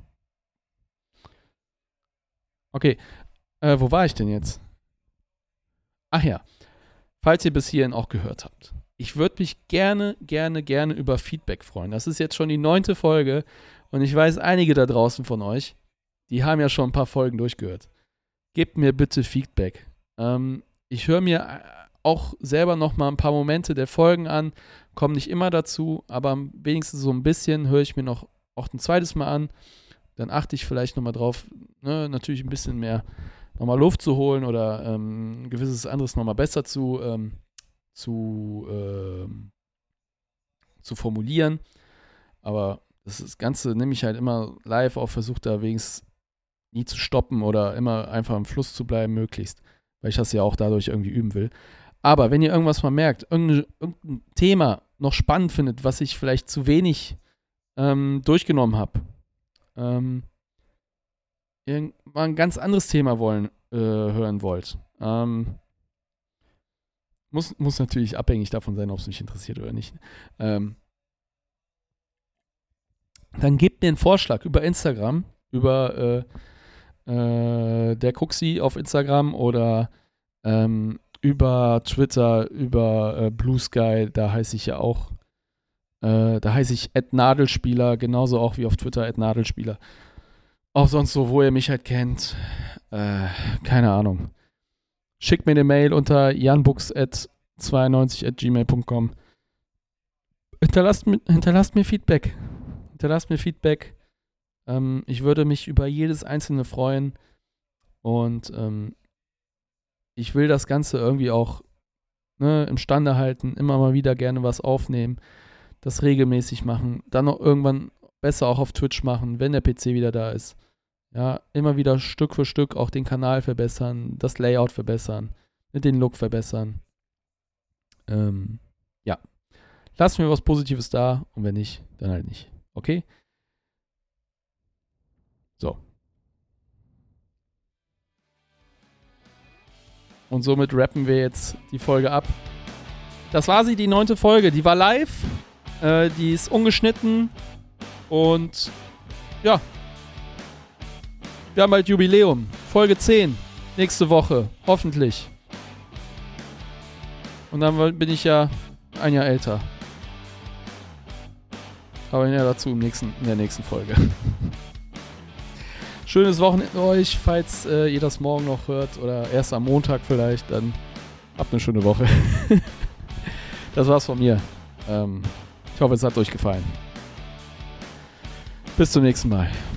Okay, äh, wo war ich denn jetzt? Ach ja, falls ihr bis hierhin auch gehört habt. Ich würde mich gerne, gerne, gerne über Feedback freuen. Das ist jetzt schon die neunte Folge und ich weiß, einige da draußen von euch, die haben ja schon ein paar Folgen durchgehört. Gebt mir bitte Feedback. Ähm, ich höre mir auch selber noch mal ein paar Momente der Folgen an, komme nicht immer dazu, aber wenigstens so ein bisschen höre ich mir noch auch ein zweites Mal an. Dann achte ich vielleicht nochmal drauf, ne, natürlich ein bisschen mehr nochmal Luft zu holen oder ähm, ein gewisses anderes nochmal besser zu, ähm, zu, ähm, zu formulieren. Aber das, das Ganze nehme ich halt immer live auf, versuche da wenigstens nie zu stoppen oder immer einfach im Fluss zu bleiben, möglichst, weil ich das ja auch dadurch irgendwie üben will. Aber wenn ihr irgendwas mal merkt, irgendein, irgendein Thema noch spannend findet, was ich vielleicht zu wenig ähm, durchgenommen habe, ähm, mal ein ganz anderes Thema wollen, äh, hören wollt, Ähm, muss, muss natürlich abhängig davon sein, ob es mich interessiert oder nicht. Ähm, dann gebt mir einen Vorschlag über Instagram, über äh, äh, der Cuxi auf Instagram oder ähm, über Twitter, über äh, Blue Sky, da heiße ich ja auch, äh, da heiße ich at Nadelspieler, genauso auch wie auf Twitter at Nadelspieler. Auch sonst so, wo ihr mich halt kennt, äh, keine Ahnung. Schickt mir eine Mail unter janbux at zweiundneunzig at gmail punkt com. Hinterlasst, hinterlasst mir Feedback. Hinterlasst mir Feedback. Ähm, ich würde mich über jedes einzelne freuen. Und ähm, ich will das Ganze irgendwie auch ne, imstande halten, immer mal wieder gerne was aufnehmen, das regelmäßig machen, dann noch irgendwann besser auch auf Twitch machen, wenn der P C wieder da ist. Ja, immer wieder Stück für Stück auch den Kanal verbessern, das Layout verbessern, den Look verbessern. Ähm, ja. Lasst mir was Positives da und wenn nicht, dann halt nicht. Okay? So. Und somit rappen wir jetzt die Folge ab. Das war sie, die neunte Folge. Die war live, äh, die ist ungeschnitten und ja, wir haben bald Jubiläum. Folge zehn. Nächste Woche. Hoffentlich. Und dann bin ich ja ein Jahr älter. Aber ja dazu im nächsten, in der nächsten Folge. Schönes Wochenende euch, falls äh, ihr das morgen noch hört oder erst am Montag vielleicht, dann habt eine schöne Woche. Das war's von mir. Ähm, ich hoffe, es hat euch gefallen. Bis zum nächsten Mal.